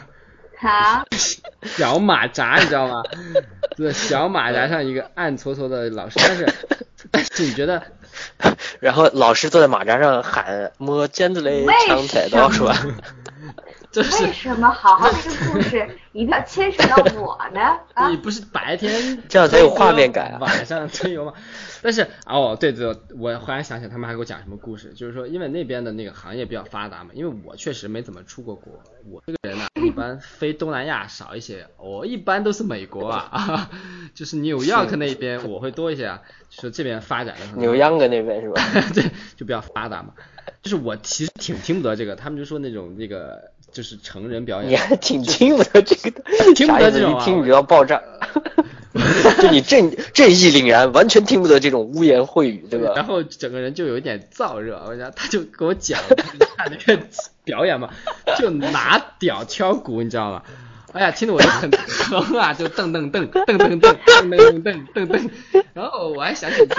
[SPEAKER 4] 小
[SPEAKER 2] 马扎你知道吗？对，小马扎上一个暗搓搓的老师，但是你觉得？
[SPEAKER 3] 然后老师坐在马扎上喊摸尖子嘞，抢菜刀是吧？
[SPEAKER 2] 就是
[SPEAKER 4] 为什么好好的一个故事一定要牵扯到我呢？
[SPEAKER 2] 你不是白天
[SPEAKER 3] 这样才有画面感
[SPEAKER 2] 晚上春游吗？但是对，我忽然想起他们还给我讲什么故事，就是说因为那边的那个行业比较发达嘛，因为我确实没怎么出过国，我这个人一般飞东南亚少一些，我一般都是美国就是纽约克那边我会多一些就是这边发展的
[SPEAKER 3] 纽约克那边是吧？
[SPEAKER 2] 对，就比较发达嘛。就是我其实挺听不得这个，他们就说那种就是成人表演，
[SPEAKER 3] 你还挺听不得这个的，
[SPEAKER 2] 听不得这种
[SPEAKER 3] 一听你就要爆炸。就你正义凛然，完全听不得这种污言秽语，对吧？
[SPEAKER 2] 然后整个人就有一点燥热，他就跟我讲看那个表演嘛，就拿屌敲鼓，你知道吗？哎呀，听得我就很疼就噔噔噔噔噔噔噔噔噔噔噔，然后我还想起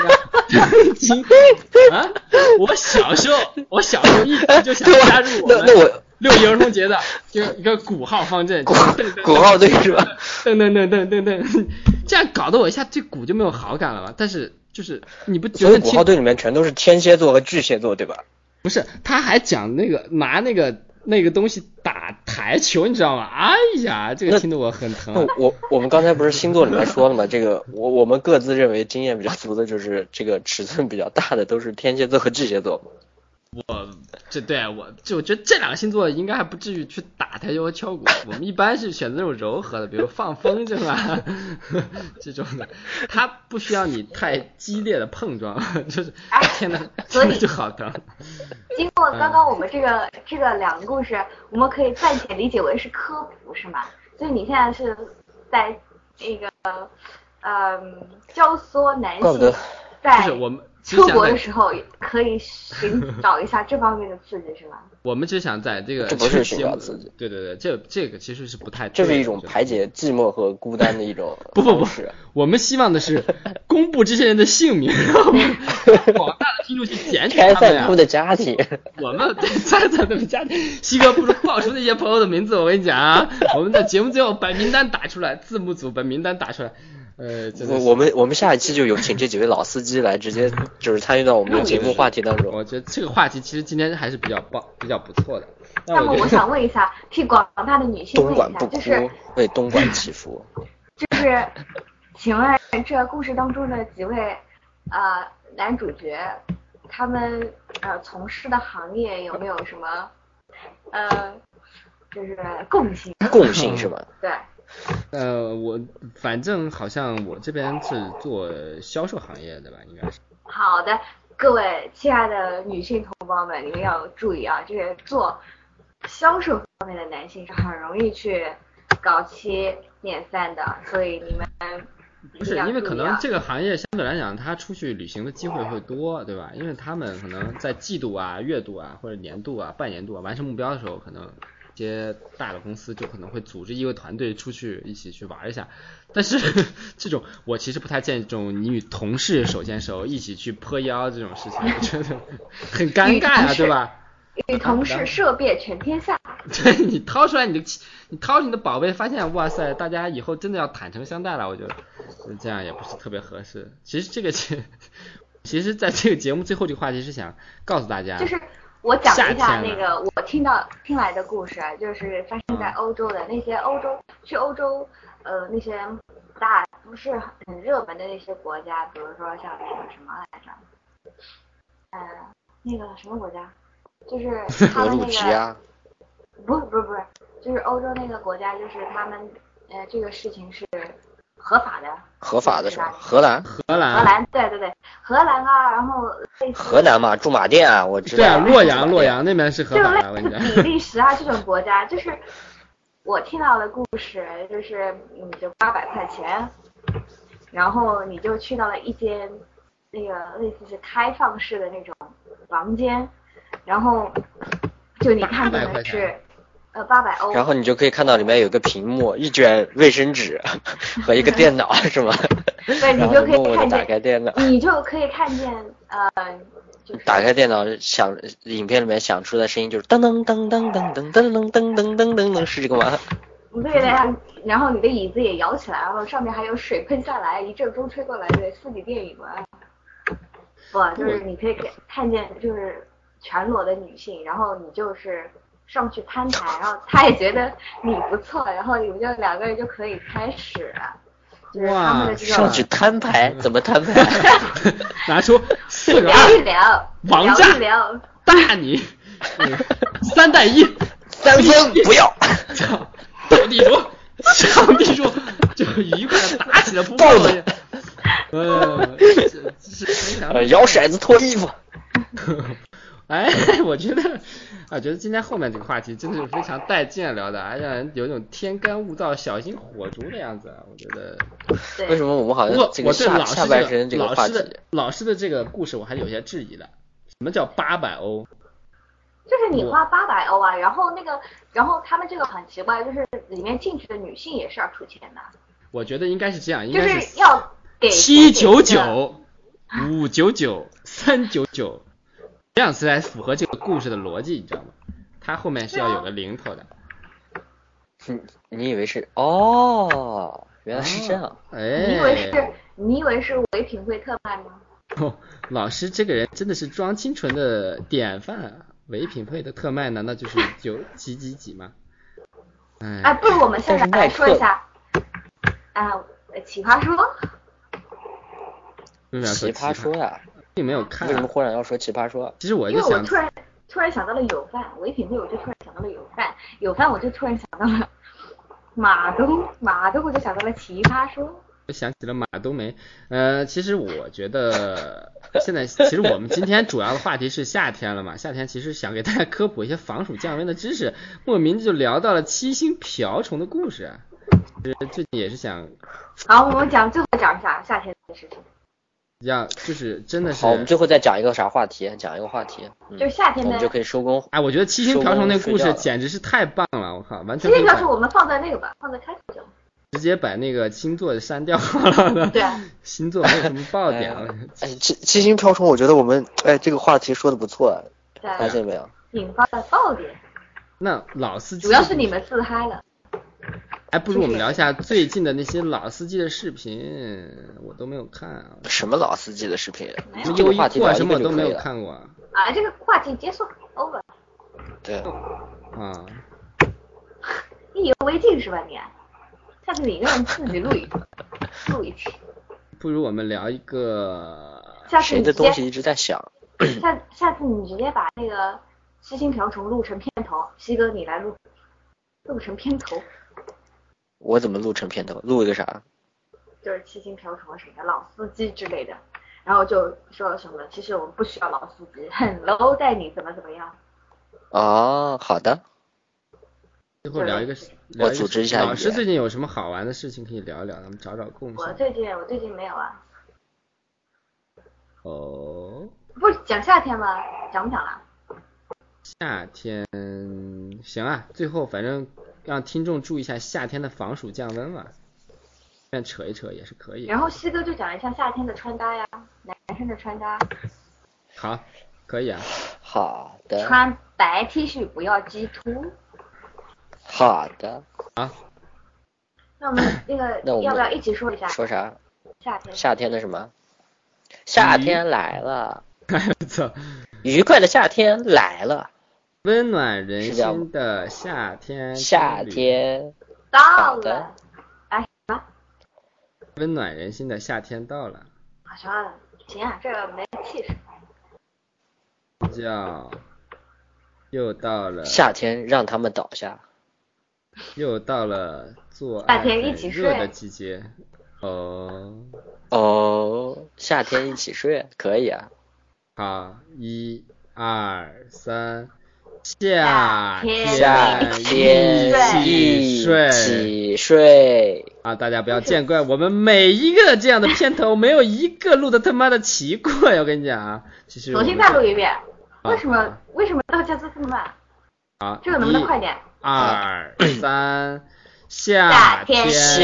[SPEAKER 2] 我小时候一直就想加入我6一儿童节的就一个鼓号方阵，
[SPEAKER 3] 鼓号队是吧？
[SPEAKER 2] 噔噔噔噔噔噔，这样搞得我一下对鼓就没有好感了吧？但是就是你不觉得？
[SPEAKER 3] 所以鼓号队里面全都是天蝎座和巨蟹座，对吧？
[SPEAKER 2] 不是，他还讲拿那个东西打台球，你知道吗？哎呀，这个听得我很疼。
[SPEAKER 3] 我们刚才不是星座里面说了吗？这个我们各自认为经验比较足的，就是这个尺寸比较大的都是天蝎座和巨蟹座。
[SPEAKER 2] 我就觉得这两个星座应该还不至于去打台球和敲鼓，我们一般是选择那种柔和的，比如放风筝这种的，它不需要你太激烈的碰撞，就是天哪，真的就好疼。
[SPEAKER 4] 经过刚刚我们这个两个故事，我们可以暂且理解为是科普，是吗？所以你现在是在那个教唆男性在出国的时候可以寻找一下这方面的刺激，是吗？
[SPEAKER 2] 我们只想在这
[SPEAKER 3] 不是寻找刺激，
[SPEAKER 2] 对，这个其实是不太对的，
[SPEAKER 3] 这是一种排解寂寞和孤单的一种
[SPEAKER 2] 不，我们希望的是公布这些人的姓名，然后广大的听众去检举他们
[SPEAKER 3] 拆散他们的家庭。
[SPEAKER 2] 我们拆散他们的家庭，西哥不是爆出那些朋友的名字，我跟你讲我们在节目最后把名单打出来，字幕组把名单打出来。
[SPEAKER 3] 我们下一期就有请这几位老司机来直接就是参与到我们的节目话题当中。
[SPEAKER 2] 我觉得这个话题其实今天还是比较不错的。
[SPEAKER 4] 那么我想问一下，替广大的女性问一下，就是
[SPEAKER 3] 为东莞祈福。
[SPEAKER 4] 就是请问这个故事当中的几位男主角，他们从事的行业有没有什么就是共性
[SPEAKER 3] 是吧？
[SPEAKER 4] 对。
[SPEAKER 2] 我反正好像我这边是做销售行业的吧，应该是。
[SPEAKER 4] 好的，各位亲爱的女性同胞们，你们要注意这个做销售方面的男性是很容易去搞七捻三的，所以你们
[SPEAKER 2] 不是因为可能这个行业相对来讲，他出去旅行的机会会多，对吧？因为他们可能在季度月度或者年度半年度完成目标的时候，可能一些大的公司就可能会组织一个团队出去一起去玩一下，但是这种我其实不太建议这种你与同事手牵手一起去破腰这种事情，我觉得很尴尬对吧？
[SPEAKER 4] 与同事涉遍全天下。
[SPEAKER 2] 对，你掏出你的宝贝，发现哇塞，大家以后真的要坦诚相待了，我觉得这样也不是特别合适。其实在这个节目最后这个话题是想告诉大家，
[SPEAKER 4] 就是我讲一下那个我听来的故事，就是发生在欧洲的那些去欧洲那些不是很热门的那些国家，比如说像那个什么来着，那个什么国家，就是他们那个不是，就是欧洲那个国家，就是他们这个事情是合法的
[SPEAKER 3] 是吧？荷兰，
[SPEAKER 4] 对，荷兰啊，然后
[SPEAKER 3] 河南嘛，驻马店啊，我知道。
[SPEAKER 2] 对啊，洛阳那边是合法的，我跟你讲。
[SPEAKER 4] 比利时啊这种国家，就是我听到的故事，就是你就800块钱，然后你就去到了一间那个类似是开放式的那种房间，然后就你看见的是800欧，
[SPEAKER 3] 然后你就可以看到里面有个屏幕，一卷卫生纸和一个电脑，是吗？
[SPEAKER 4] 对，你就可以看见，
[SPEAKER 3] 打开电脑，
[SPEAKER 4] 你就可以看见就是
[SPEAKER 3] 打开电脑影片里面响出的声音就是噔噔噔噔噔噔噔噔噔噔噔噔噔，是这个吗？
[SPEAKER 4] 对的，然后你的椅子也摇起来，然后上面还有水喷下来，一阵风吹过来，对，4D 电影嘛。不，就是你可以看见就是全裸的女性，然后你就是上去攀谈，然后他也觉得你不错，然后你们就2个人就可以开始了。就是他们的这种
[SPEAKER 3] 上去摊牌，怎么摊牌？
[SPEAKER 2] 拿出4个
[SPEAKER 4] 2聊
[SPEAKER 2] 王炸大你，3带1，3
[SPEAKER 3] 分不要。
[SPEAKER 2] 上地说，就愉快的打起了扑克牌。
[SPEAKER 3] 摇骰子脱衣服。
[SPEAKER 2] 哎，我觉得今天后面这个话题真的是非常带劲聊的，让人有种天干物燥小心火烛的样子。我觉得
[SPEAKER 3] 为什么我们好像这个下半身这个话题，
[SPEAKER 2] 老师的这个故事我还是有些质疑的。什么叫800欧？
[SPEAKER 4] 就是你花800欧啊，然后他们这个很奇怪，就是里面进去的女性也是要出钱的。
[SPEAKER 2] 我觉得应该是这样，应
[SPEAKER 4] 就
[SPEAKER 2] 该
[SPEAKER 4] 是要给
[SPEAKER 2] 799、599、399，这样才符合这个故事的逻辑，你知道吗？它后面是要有个零头的。
[SPEAKER 3] 你以为是哦？原来是这样。
[SPEAKER 2] 哎，
[SPEAKER 4] 你以为是唯品会特卖吗？
[SPEAKER 2] 老师这个人真的是装清纯的典范啊！唯品会的特卖难道就是有几吗？
[SPEAKER 4] 哎，不如我们现在来说一下奇葩说。
[SPEAKER 3] 奇葩说呀，
[SPEAKER 2] 并没有看。
[SPEAKER 3] 为什么忽然要说奇葩说？
[SPEAKER 2] 其实我就
[SPEAKER 4] 想，因为我突然想到了有饭，唯品会我就突然想到了有饭我就突然想到了马东我就想到了奇葩说。
[SPEAKER 2] 我想起了马冬梅。其实我觉得现在其实我们今天主要的话题是夏天了嘛，夏天其实想给大家科普一些防暑降温的知识，莫名就聊到了7星瓢虫的故事啊。最近也是想，
[SPEAKER 4] 好，我们最后讲一下夏天的事情。
[SPEAKER 2] 就是真的是
[SPEAKER 3] 好，我们最后再讲一个话题，
[SPEAKER 4] 就是夏天的，
[SPEAKER 3] 我们就可以收工。
[SPEAKER 2] 哎，我觉得7星瓢虫那故事简直是太棒了，我靠，完全。
[SPEAKER 4] 7星瓢虫我们放在那个吧，放在开头讲。
[SPEAKER 2] 直接把那个星座删掉了。
[SPEAKER 4] 对啊，
[SPEAKER 2] 星座没有什么爆点了。
[SPEAKER 3] 七星瓢虫，我觉得我们这个话题说的不错，发现没有？
[SPEAKER 4] 引发了爆点。
[SPEAKER 2] 那老司机
[SPEAKER 4] 主要是你们自嗨了。
[SPEAKER 2] 哎，不如我们聊一下最近的那些老司机的视频，我都没有看啊。
[SPEAKER 3] 什么老司机的视频？
[SPEAKER 2] 这个话题什么都没有看过。
[SPEAKER 4] 啊，这个话题结束 over。
[SPEAKER 3] 对。
[SPEAKER 2] 啊。
[SPEAKER 4] 意犹未尽是吧你？下次你一个人自己录一期。不
[SPEAKER 2] 如我们聊一个。
[SPEAKER 3] 谁的东西一直在响？
[SPEAKER 4] 下次你直接把那个七星瓢虫录成片头，西哥你来录成片头。
[SPEAKER 3] 我怎么录成片头？录一个啥？
[SPEAKER 4] 就是七星瓢虫什么老司机之类的，然后就说什么其实我们不需要老司机，很 low 带你怎么样。
[SPEAKER 3] 哦，好的。
[SPEAKER 2] 最后聊一个，
[SPEAKER 3] 我组织一下。
[SPEAKER 2] 老师最近有什么好玩的事情可以聊一聊？咱们找共性。
[SPEAKER 4] 我最近没有啊。
[SPEAKER 2] 哦。
[SPEAKER 4] 不讲夏天吗？讲不讲了？
[SPEAKER 2] 夏天行啊，最后反正让听众注意一下夏天的防暑降温嘛，这扯一扯也是可以。
[SPEAKER 4] 然后西哥就讲一下夏天的穿搭呀，男生的穿搭。
[SPEAKER 2] 好，可以啊。
[SPEAKER 3] 好的。
[SPEAKER 4] 穿白 T 恤不要鸡突。
[SPEAKER 3] 好的。
[SPEAKER 2] 啊。
[SPEAKER 4] 那我们那个要不要一起说一下？
[SPEAKER 3] 说啥？
[SPEAKER 4] 夏天
[SPEAKER 3] 的什么？夏天来了。
[SPEAKER 2] 操！
[SPEAKER 3] 愉快的夏天来了。
[SPEAKER 2] 温暖人心的夏天。
[SPEAKER 3] 夏天
[SPEAKER 4] 到了。哎，什么？
[SPEAKER 2] 温暖人心的夏天到了。
[SPEAKER 4] 好像行啊，这个没气势。
[SPEAKER 2] 又到了
[SPEAKER 3] 夏天，让他们倒下。
[SPEAKER 2] 又到了做爱很热的季节。
[SPEAKER 3] 夏天一起睡，可以啊。
[SPEAKER 2] 好，1、2、3，夏
[SPEAKER 3] 天一起睡
[SPEAKER 2] 啊！大家不要见怪，我们每一个这样的片头没有一个录的他妈的奇怪，我跟你讲啊。其实
[SPEAKER 4] 重新再录一遍。为什么到节奏这么慢？
[SPEAKER 2] 好，
[SPEAKER 4] 这个能不能快点
[SPEAKER 2] ？1、2、3，夏天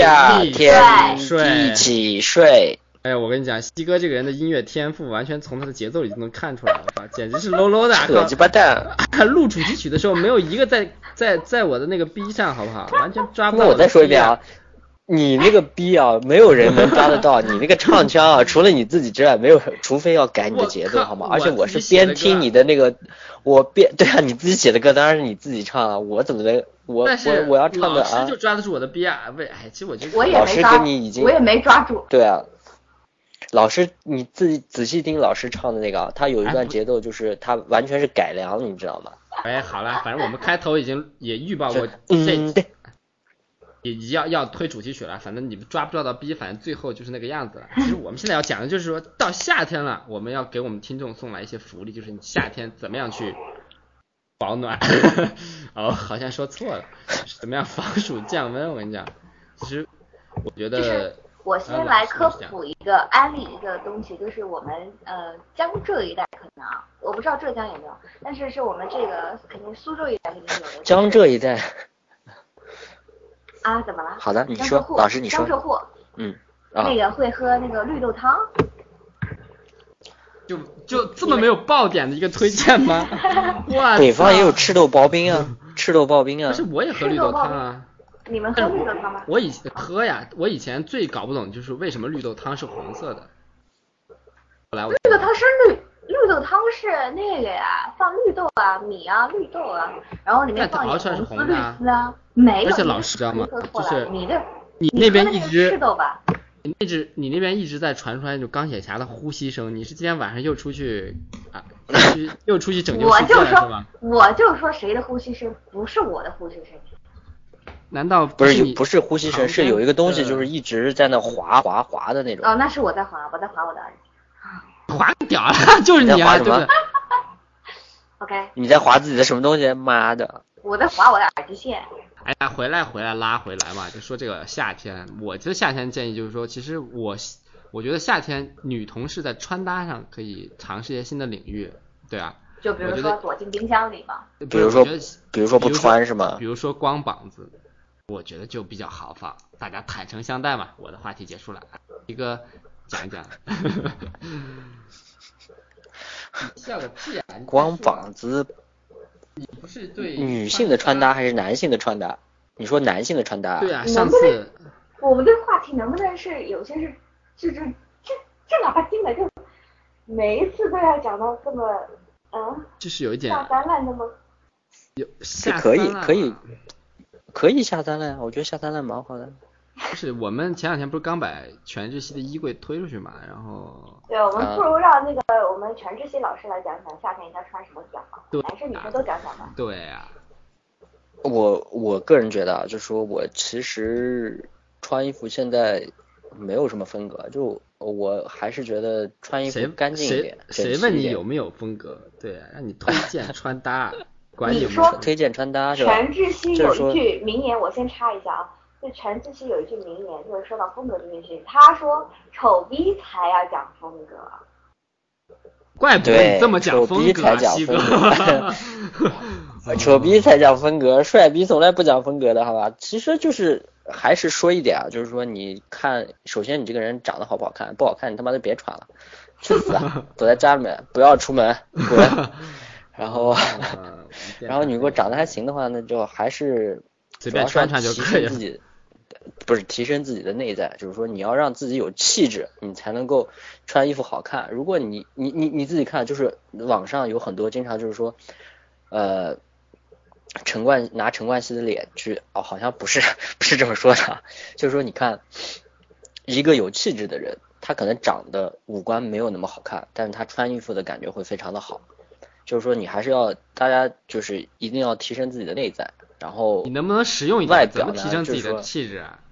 [SPEAKER 3] 一起睡。
[SPEAKER 2] 哎呀，我跟你讲，西哥这个人的音乐天赋完全从他的节奏里就能看出来了，简直是 low low 的。
[SPEAKER 3] 扯鸡巴蛋！
[SPEAKER 2] 录主题曲的时候没有一个在我的那个 B 上，好不好？完全抓不到。
[SPEAKER 3] 那我再说一遍啊，你那个 B 啊，没有人能抓得到。你那个唱腔啊，除了你自己之外，没有，除非要改你的节奏，好吗？而且我是边听你的那个，对啊，你自己写的歌当然是你自己唱啊，我怎么能我要唱的啊？
[SPEAKER 2] 老师就抓得住我的 B 啊，其实我觉得
[SPEAKER 3] 老师跟你已经
[SPEAKER 4] 我也没抓住。
[SPEAKER 3] 对啊。老师，你自己仔细听老师唱的那个，他有一段节奏，就是他完全是改良，你知道吗？
[SPEAKER 2] 哎，好了，反正我们开头已经也预报过，
[SPEAKER 3] 对，
[SPEAKER 2] 也要推主题曲了。反正你们抓不抓到 B， 反正最后就是那个样子了。其实我们现在要讲的就是说到夏天了，我们要给我们听众送来一些福利，就是你夏天怎么样去保暖。好像说错了，怎么样防暑降温？我跟你讲，其实我觉得。
[SPEAKER 4] 我先来科普一个安利一个东西，就是我们江浙一带可能啊，我不知道浙江有没有，但是是我们这个肯定苏州一带肯定有的。
[SPEAKER 3] 江浙一带
[SPEAKER 4] 啊？怎么了？
[SPEAKER 3] 好的，你说，老师你说。
[SPEAKER 4] 江浙沪，那个会喝那个绿豆汤。
[SPEAKER 2] 就这么没有爆点的一个推荐吗？哇！
[SPEAKER 3] 北方也有赤豆刨冰啊，赤豆刨冰啊。
[SPEAKER 2] 可是我也喝绿豆汤啊。
[SPEAKER 4] 你们喝绿豆汤吗？
[SPEAKER 2] 我以前最搞不懂就是为什么绿豆汤是红色的。
[SPEAKER 4] 绿豆汤是绿豆汤是那个呀，放绿豆啊、米啊、绿豆啊，然后里面放一点红丝、绿丝啊。没有。
[SPEAKER 2] 而且老师知道吗？就是
[SPEAKER 4] 你
[SPEAKER 2] 那边一直
[SPEAKER 4] 赤豆吧？
[SPEAKER 2] 你那边一直在传出来那种钢铁侠的呼吸声，你是今天晚上又出去又出去拯救世界了是吗？
[SPEAKER 4] 我就说谁的呼吸声不是我的呼吸声。
[SPEAKER 2] 难道
[SPEAKER 3] 不是呼吸声，是有一个东西就是一直在那滑的那种。
[SPEAKER 4] 哦，那是我在滑我的耳机。
[SPEAKER 2] 滑屌了，就是你啊，对不对
[SPEAKER 4] ？OK。
[SPEAKER 3] 你在滑自己的什么东西？妈的！
[SPEAKER 4] 我在滑我的耳机线。
[SPEAKER 2] 哎呀，回来拉回来嘛，就说这个夏天，我觉得夏天建议就是说，其实我觉得夏天女同事在穿搭上可以尝试一些新的领域，对啊。
[SPEAKER 4] 就比如说躲进冰箱里嘛。
[SPEAKER 3] 比如说不穿是吗？
[SPEAKER 2] 比如说光膀子。我觉得就比较豪放，大家坦诚相待嘛。我的话题结束了，一个讲一讲。笑个屁啊！
[SPEAKER 3] 光膀子。
[SPEAKER 2] 你不是对
[SPEAKER 3] 女性的穿搭还是男性的穿搭？你说男性的穿搭。
[SPEAKER 2] 对啊，上次
[SPEAKER 4] 我们的话题能不能是有些是正儿八经的，就每一次都要讲到这么
[SPEAKER 2] 就是有一点
[SPEAKER 4] 下三滥那么。
[SPEAKER 2] 有下
[SPEAKER 3] 可以下三滥，我觉得下三滥蛮好的。
[SPEAKER 2] 就是我们前两天不是刚把全智熙的衣柜推出去嘛，然后
[SPEAKER 4] 对，我们不如让那个我们全智熙老师来讲讲夏天应该穿什么比较好，男生女生都讲讲吧。
[SPEAKER 2] 对啊，
[SPEAKER 3] 我个人觉得啊，就是说我其实穿衣服现在没有什么风格，就我还是觉得穿衣服干净一点。
[SPEAKER 2] 谁问你有没有风格？对啊，让你推荐穿搭。
[SPEAKER 4] 你说
[SPEAKER 3] 推荐穿搭是吧？
[SPEAKER 4] 全智熙有一句名言，我先插一下啊。就全智熙有一句名言，就是说到风格这件事情，他说丑逼才要讲风格。
[SPEAKER 2] 怪不得你这么讲风格，西哥。
[SPEAKER 3] 丑逼才讲风格，帅逼从来不讲风格的，好吧？其实就是还是说一点啊，就是说你看，首先你这个人长得好不好看，不好看你他妈的别穿了，去死啊！躲在家里面，不要出门，滚。然后你如果长得还行的话，那就还是
[SPEAKER 2] 随便穿穿就可以了。
[SPEAKER 3] 不是提升自己的内在，就是说你要让自己有气质，你才能够穿衣服好看。如果你自己看，就是网上有很多经常就是说，拿陈冠希的脸去，好像不是这么说的，就是说你看一个有气质的人，他可能长得五官没有那么好看，但是他穿衣服的感觉会非常的好。就是说你还是要大家就是一定要提升自己的内在，然后
[SPEAKER 2] 你能不能实用一点？怎么提升自己的气质啊？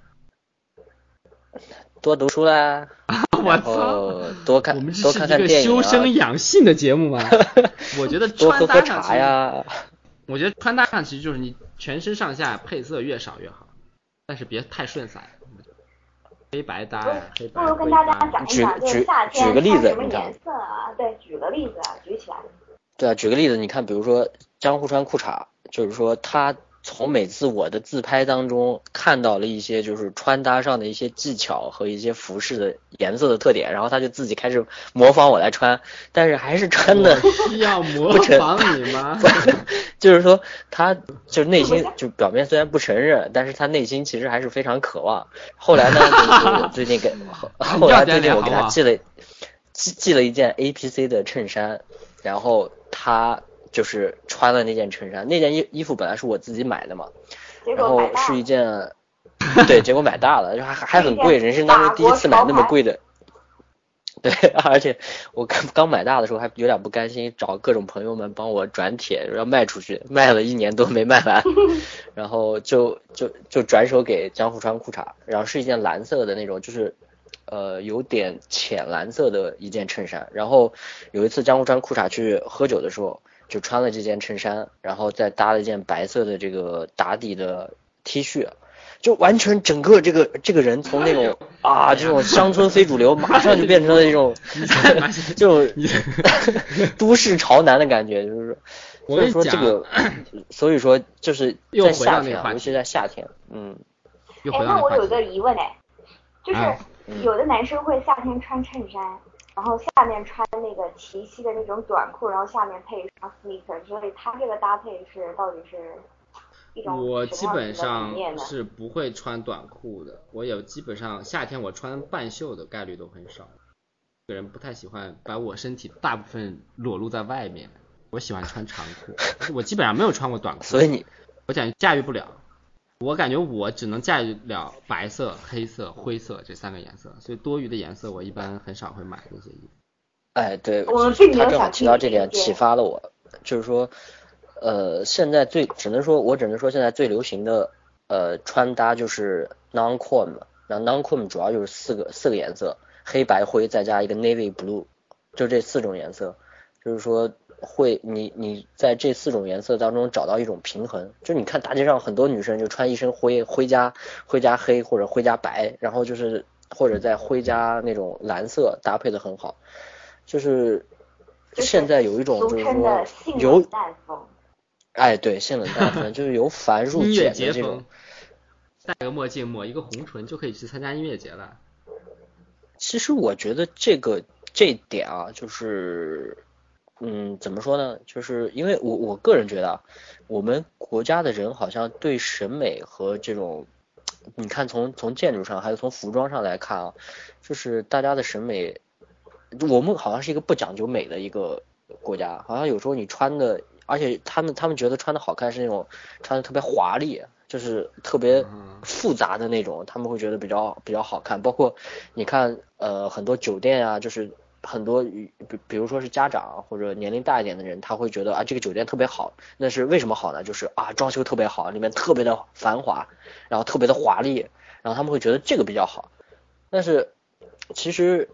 [SPEAKER 3] 多读书啦，
[SPEAKER 2] 我操！
[SPEAKER 3] 多看电影啊。
[SPEAKER 2] 我们这是一个修身养性的节目吗？我觉得穿搭上
[SPEAKER 3] 多喝茶呀。
[SPEAKER 2] 我觉得穿搭上其实就是你全身上下配色越少越好，但是别太顺色。黑白搭呀，黑白。
[SPEAKER 4] 不如跟大家讲一讲，就是夏天
[SPEAKER 3] 举个例子，
[SPEAKER 4] 什么颜色啊？对，举个例子啊，举起来。
[SPEAKER 3] 对啊，举个例子，你看，比如说江户川裤衩，就是说他从每次我的自拍当中看到了一些就是穿搭上的一些技巧和一些服饰的颜色的特点，然后他就自己开始模仿我来穿，但是还是穿的
[SPEAKER 2] 需要模仿你吗？
[SPEAKER 3] 就是说他就内心就表面虽然不承认，但是他内心其实还是非常渴望。后来呢，就是最近后来最近我给他寄了一件 APC 的衬衫，然后他就是穿了那件衬衫，那件衣服本来是我自己买的嘛，然后是一件，对，结果买大了，还很贵，人生当中第一次买那么贵的，对，而且我刚买大的时候还有点不甘心，找各种朋友们帮我转帖要卖出去，卖了1年多没卖完，然后就转手给江户川裤衩，然后是一件蓝色的那种，就是有点浅蓝色的一件衬衫，然后有一次江户川裤衩去喝酒的时候就穿了这件衬衫，然后再搭了一件白色的这个打底的 T 恤，就完全整个这个人从那种这种乡村非主流马上就变成了这种就都市潮男的感觉，就是所以说这个所以说就是在夏天，尤其在夏天，
[SPEAKER 4] 那我有一个疑问就是有的男生会夏天穿衬衫，然后下面穿那个齐膝的那种短裤，然后下面配上 sneaker， 所以他这个搭配是到底是一种
[SPEAKER 2] 我基本上是不会穿短裤的，我有基本上夏天我穿半袖的概率都很少。个人不太喜欢把我身体大部分裸露在外面，我喜欢穿长裤，我基本上没有穿过短裤，
[SPEAKER 3] 所以
[SPEAKER 2] 我感觉驾驭不了。我感觉我只能驾驭了白色、黑色、灰色这3个颜色，所以多余的颜色我一般很少会买那些衣服。
[SPEAKER 3] 对，他正好提到这点启发了我，就是说现在只能说现在最流行的穿搭就是 non-chrome， 然后 non-chrome 主要就是四个颜色，黑白灰再加一个 navy blue， 就这4种颜色，就是说你在这4种颜色当中找到一种平衡，就你看大街上很多女生就穿一身灰加黑或者灰加白，然后就是或者在灰加那种蓝色搭配的很好，就是现在有一种就是说由对，性冷淡风就是由繁入简的这种，
[SPEAKER 2] 戴个墨镜抹一个红唇就可以去参加音乐节了。
[SPEAKER 3] 其实我觉得这点就是怎么说呢，就是因为我个人觉得我们国家的人好像对审美和这种你看从建筑上还有从服装上来看就是大家的审美，我们好像是一个不讲究美的一个国家，好像有时候你穿的，而且他们觉得穿的好看是那种穿的特别华丽，就是特别复杂的那种，他们会觉得比较好看。包括你看很多酒店就是很多比如说是家长或者年龄大一点的人，他会觉得这个酒店特别好，那是为什么好呢？就是装修特别好，里面特别的繁华，然后特别的华丽，然后他们会觉得这个比较好。但是其实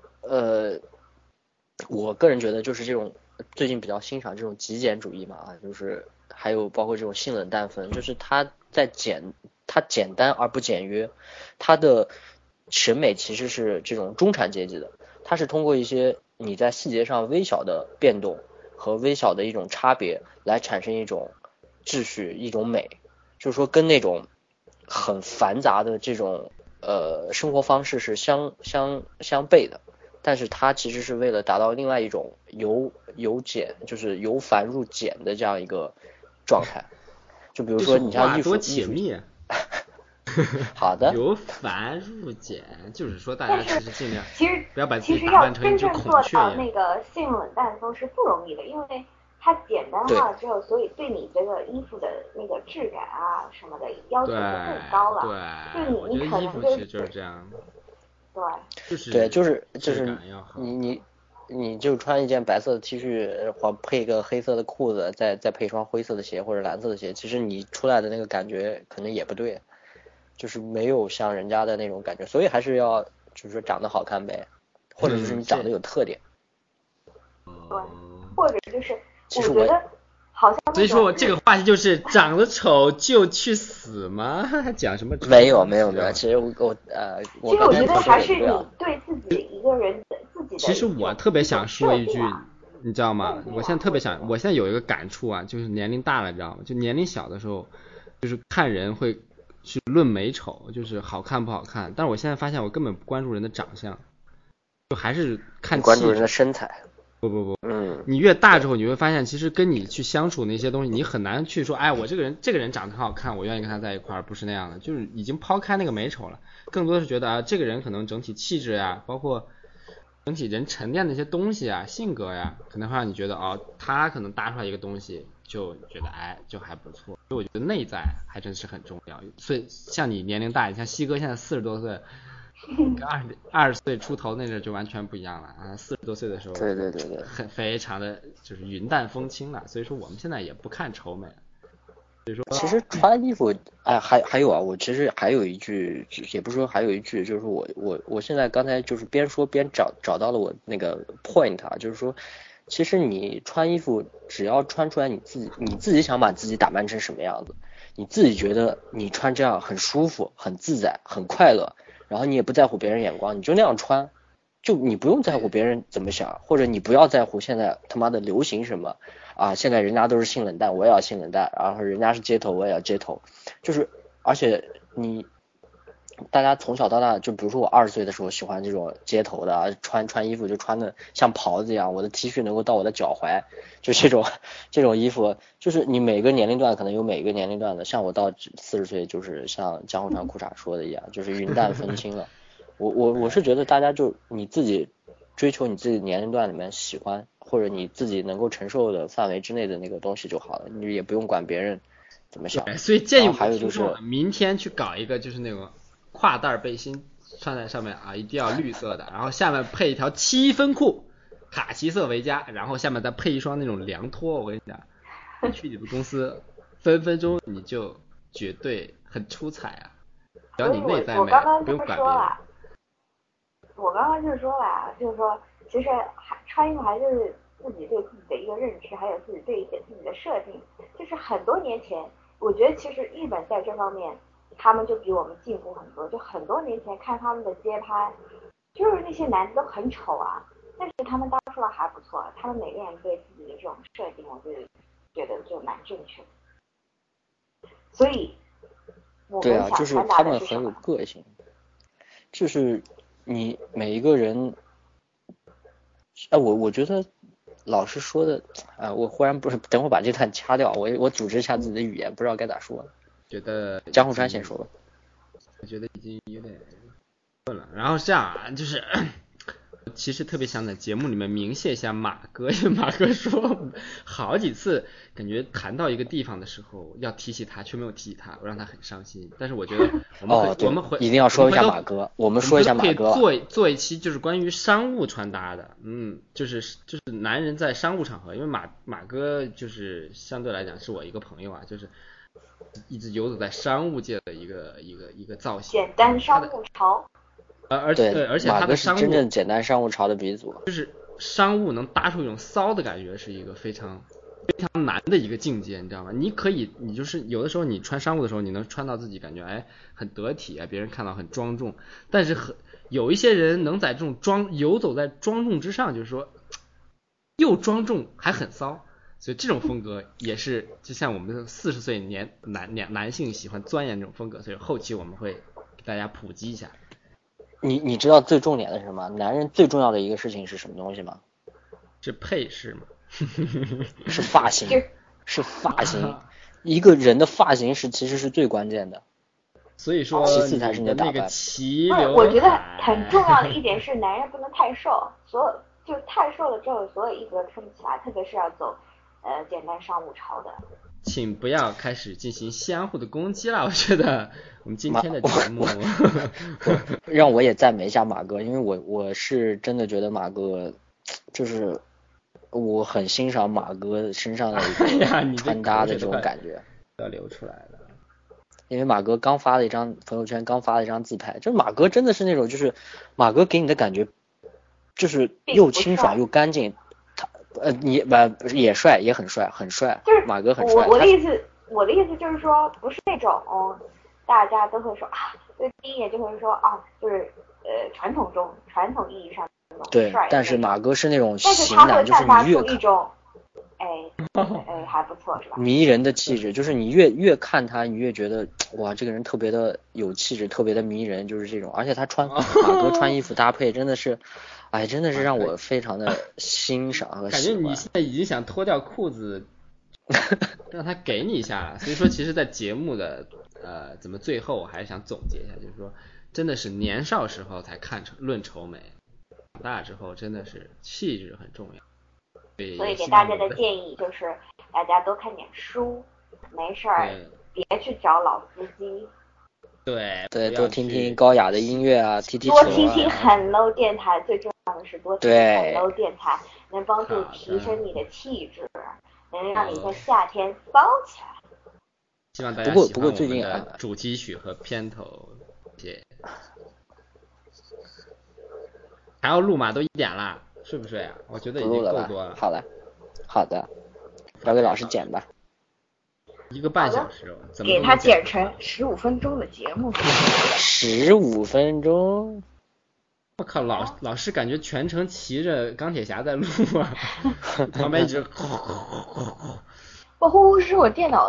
[SPEAKER 3] 我个人觉得就是这种最近比较欣赏这种极简主义嘛，就是还有包括这种性冷淡风，就是它简单而不简约，它的审美其实是这种中产阶级的，它是通过一些你在细节上微小的变动和微小的一种差别来产生一种秩序，一种美，就是说跟那种很繁杂的这种生活方式是相悖的。但是它其实是为了达到另外一种由简，就是由繁入简的这样一个状态。就比如说你像
[SPEAKER 2] 多解密
[SPEAKER 3] 好的，
[SPEAKER 2] 由繁入简，就是说大家其实尽量不要把自
[SPEAKER 4] 己
[SPEAKER 2] 打扮成一只孔雀一样。
[SPEAKER 4] 其实要真正做到那个性冷淡风是不容易的，因为它简单化之后，所以对你这个衣服的那个质感什么的要求就更高了。
[SPEAKER 2] 对，
[SPEAKER 4] 就你可能
[SPEAKER 2] 就是这样。
[SPEAKER 3] 对，就是你就穿一件白色的 T 恤，配一个黑色的裤子，再配一双灰色的鞋或者蓝色的鞋，其实你出来的那个感觉可能也不对，就是没有像人家的那种感觉，所以还是要就是说长得好看呗，或者就是你长得有特点。
[SPEAKER 4] 对，或者就是我觉得好像
[SPEAKER 2] 所以说这个话题就是长得丑就去死吗？还讲什么？
[SPEAKER 3] 没有，其实我
[SPEAKER 4] 觉得还是你对自己一个人自己的。
[SPEAKER 2] 其实我特别想说一句，你知道吗？我现在有一个感触啊，就是年龄大了，知道吗？就年龄小的时候，就是看人会去论美丑，就是好看不好看。但是我现在发现我根本不关注人的长相，就还是看
[SPEAKER 3] 关注人的身材。
[SPEAKER 2] 不，你越大之后，你会发现，其实跟你去相处那些东西，你很难去说，哎，我这个人长得很好看，我愿意跟他在一块儿，不是那样的，就是已经抛开那个美丑了，更多的是觉得啊，这个人可能整体气质呀，包括整体人沉淀的一些东西啊，性格呀，可能会让你觉得哦，他可能搭出来一个东西，就觉得哎，就还不错。所以我觉得内在还真是很重要。所以像你年龄大，你像西哥现在40多岁。20岁出头那阵就完全不一样了啊！40多岁的时候，
[SPEAKER 3] 对，
[SPEAKER 2] 很非常的就是云淡风轻了。所以说我们现在也不看丑美了。所以说，
[SPEAKER 3] 其实穿衣服，还有啊，我其实还有一句，也不是说还有一句，就是我现在刚才就是边说边找到了我那个 point 啊，就是说，其实你穿衣服只要穿出来你自己想把自己打扮成什么样子，你自己觉得你穿这样很舒服、很自在、很快乐。然后你也不在乎别人眼光，你就那样穿，就你不用在乎别人怎么想，或者你不要在乎现在他妈的流行什么啊，现在人家都是性冷淡，我也要性冷淡，然后人家是街头，我也要街头，就是而且大家从小到大，就比如说我20岁的时候喜欢这种街头的，穿衣服就穿的像袍子一样，我的 T 恤能够到我的脚踝，就这种衣服，就是你每个年龄段可能有每个年龄段的，像我到40岁，就是像江户川裤衩说的一样，就是云淡风轻了。我是觉得大家就你自己追求你自己年龄段里面喜欢或者你自己能够承受的范围之内的那个东西就好了，你也不用管别人怎么想。
[SPEAKER 2] 所以建议
[SPEAKER 3] 还有就是
[SPEAKER 2] 明天去搞一个就是那种跨带背心穿在上面啊，一定要绿色的，然后下面配一条7分裤，卡其色为佳，然后下面再配一双那种凉拖。我跟你讲，你去你们公司分分钟你就绝对很出彩啊！只要你内在美，不用管别人。
[SPEAKER 4] 我刚刚就是说了，就是说其实穿衣服还是自己对自己的一个认知，还有自己对自己的设定。就是很多年前，我觉得其实日本在这方面他们就比我们进步很多。就很多年前看他们的街拍，就是那些男的都很丑啊，但是他们搭出来还不错。他们每个人对自己的这种设定，我就觉得就蛮正确的。所以我们想
[SPEAKER 3] 就是他们很有个性，就是你每一个人，我觉得老师说的我忽然不是，等会把这段掐掉，我组织一下自己的语言，不知道该咋说。
[SPEAKER 2] 觉得
[SPEAKER 3] 江户川先说吧。
[SPEAKER 2] 我觉得已经有点困了。然后这样啊，就是其实特别想在节目里面鸣谢一下马哥，因为马哥说好几次感觉谈到一个地方的时候要提起他，却没有提起他，我让他很伤心。但是我觉得我们
[SPEAKER 3] 一定要说一下马哥，我们说一下马哥，
[SPEAKER 2] 可以做一期就是关于商务穿搭的，就是男人在商务场合，因为马哥就是相对来讲是我一个朋友啊，就是一直游走在商务界的一个造型，
[SPEAKER 4] 简单商务潮。
[SPEAKER 2] 而且他的商务
[SPEAKER 3] 是真正简单商务潮的鼻祖，
[SPEAKER 2] 就是商务能搭出一种骚的感觉，是一个非常难的一个境界，你知道吗？你就是有的时候你穿商务的时候，你能穿到自己感觉很得体啊，别人看到很庄重，但是有一些人能在这种游走在庄重之上，就是说又庄重还很骚，所以这种风格也是就像我们40岁男性喜欢钻研这种风格，所以后期我们会给大家普及一下。
[SPEAKER 3] 你知道最重点的是什么？男人最重要的一个事情是什么东西吗？
[SPEAKER 2] 是配饰吗？
[SPEAKER 3] 是发型，是发型。一个人的发型其实是最关键的。
[SPEAKER 2] 所以说，
[SPEAKER 3] 其次才是你的打扮。
[SPEAKER 4] 我觉得很重要的一点是，男人不能太瘦，就太瘦了之后，所有衣服都撑不起来，特别是要走简单商务潮的。
[SPEAKER 2] 请不要开始进行相互的攻击了。我觉得我们今天的节目
[SPEAKER 3] 让我也赞美一下马哥，因为我是真的觉得马哥就是我很欣赏马哥身上的一个穿搭的这种感觉，
[SPEAKER 2] 要流出来了。
[SPEAKER 3] 因为马哥刚发了一张朋友圈，刚发了一张自拍，就是马哥真的是那种，就是马哥给你的感觉就是又清爽又干净，你也帅，也很帅，很帅，
[SPEAKER 4] 就是
[SPEAKER 3] 马哥很帅。
[SPEAKER 4] 我的意思就是说，不是那种大家都会说啊，就第一眼就会说啊，就是传统意义上的那种
[SPEAKER 3] 对
[SPEAKER 4] 帅，
[SPEAKER 3] 但是马哥是那种
[SPEAKER 4] 但是
[SPEAKER 3] 型男，就是
[SPEAKER 4] 他会散发
[SPEAKER 3] 你越看
[SPEAKER 4] 出一种还不错是吧？
[SPEAKER 3] 迷人的气质，就是你越看他，你越觉得哇，这个人特别的有气质，特别的迷人，就是这种。而且他马哥穿衣服搭配真的是，哎，真的是让我非常的欣赏和喜欢。
[SPEAKER 2] 感觉你现在已经想脱掉裤子，让他给你一下了。所以说，其实，在节目的怎么最后，我还是想总结一下，就是说，真的是年少时候才论丑美，长大之后真的是气质很重要。
[SPEAKER 4] 所以给大家的建议就是，大家多看点书，没事儿别去找老司机。
[SPEAKER 2] 对，
[SPEAKER 3] 多听听高雅的音乐啊，踢球啊。
[SPEAKER 4] 多听听很 low 电台，最重要的是多听听很 low 电台，能帮助提升你的气质，能让你在夏天骚起来。
[SPEAKER 2] 希望大家喜欢
[SPEAKER 3] 不过最近
[SPEAKER 2] 的主题曲和片头，谢谢。还要录吗？都1点啦。睡不睡啊？我觉得已经够多了。
[SPEAKER 3] 好的，交给老师剪吧。
[SPEAKER 2] 1个半小时，怎么
[SPEAKER 4] 给他剪成15分钟的节目
[SPEAKER 3] ？15分钟？
[SPEAKER 2] 我靠，老师感觉全程骑着钢铁侠在录啊，旁边一直
[SPEAKER 4] 不，是我电脑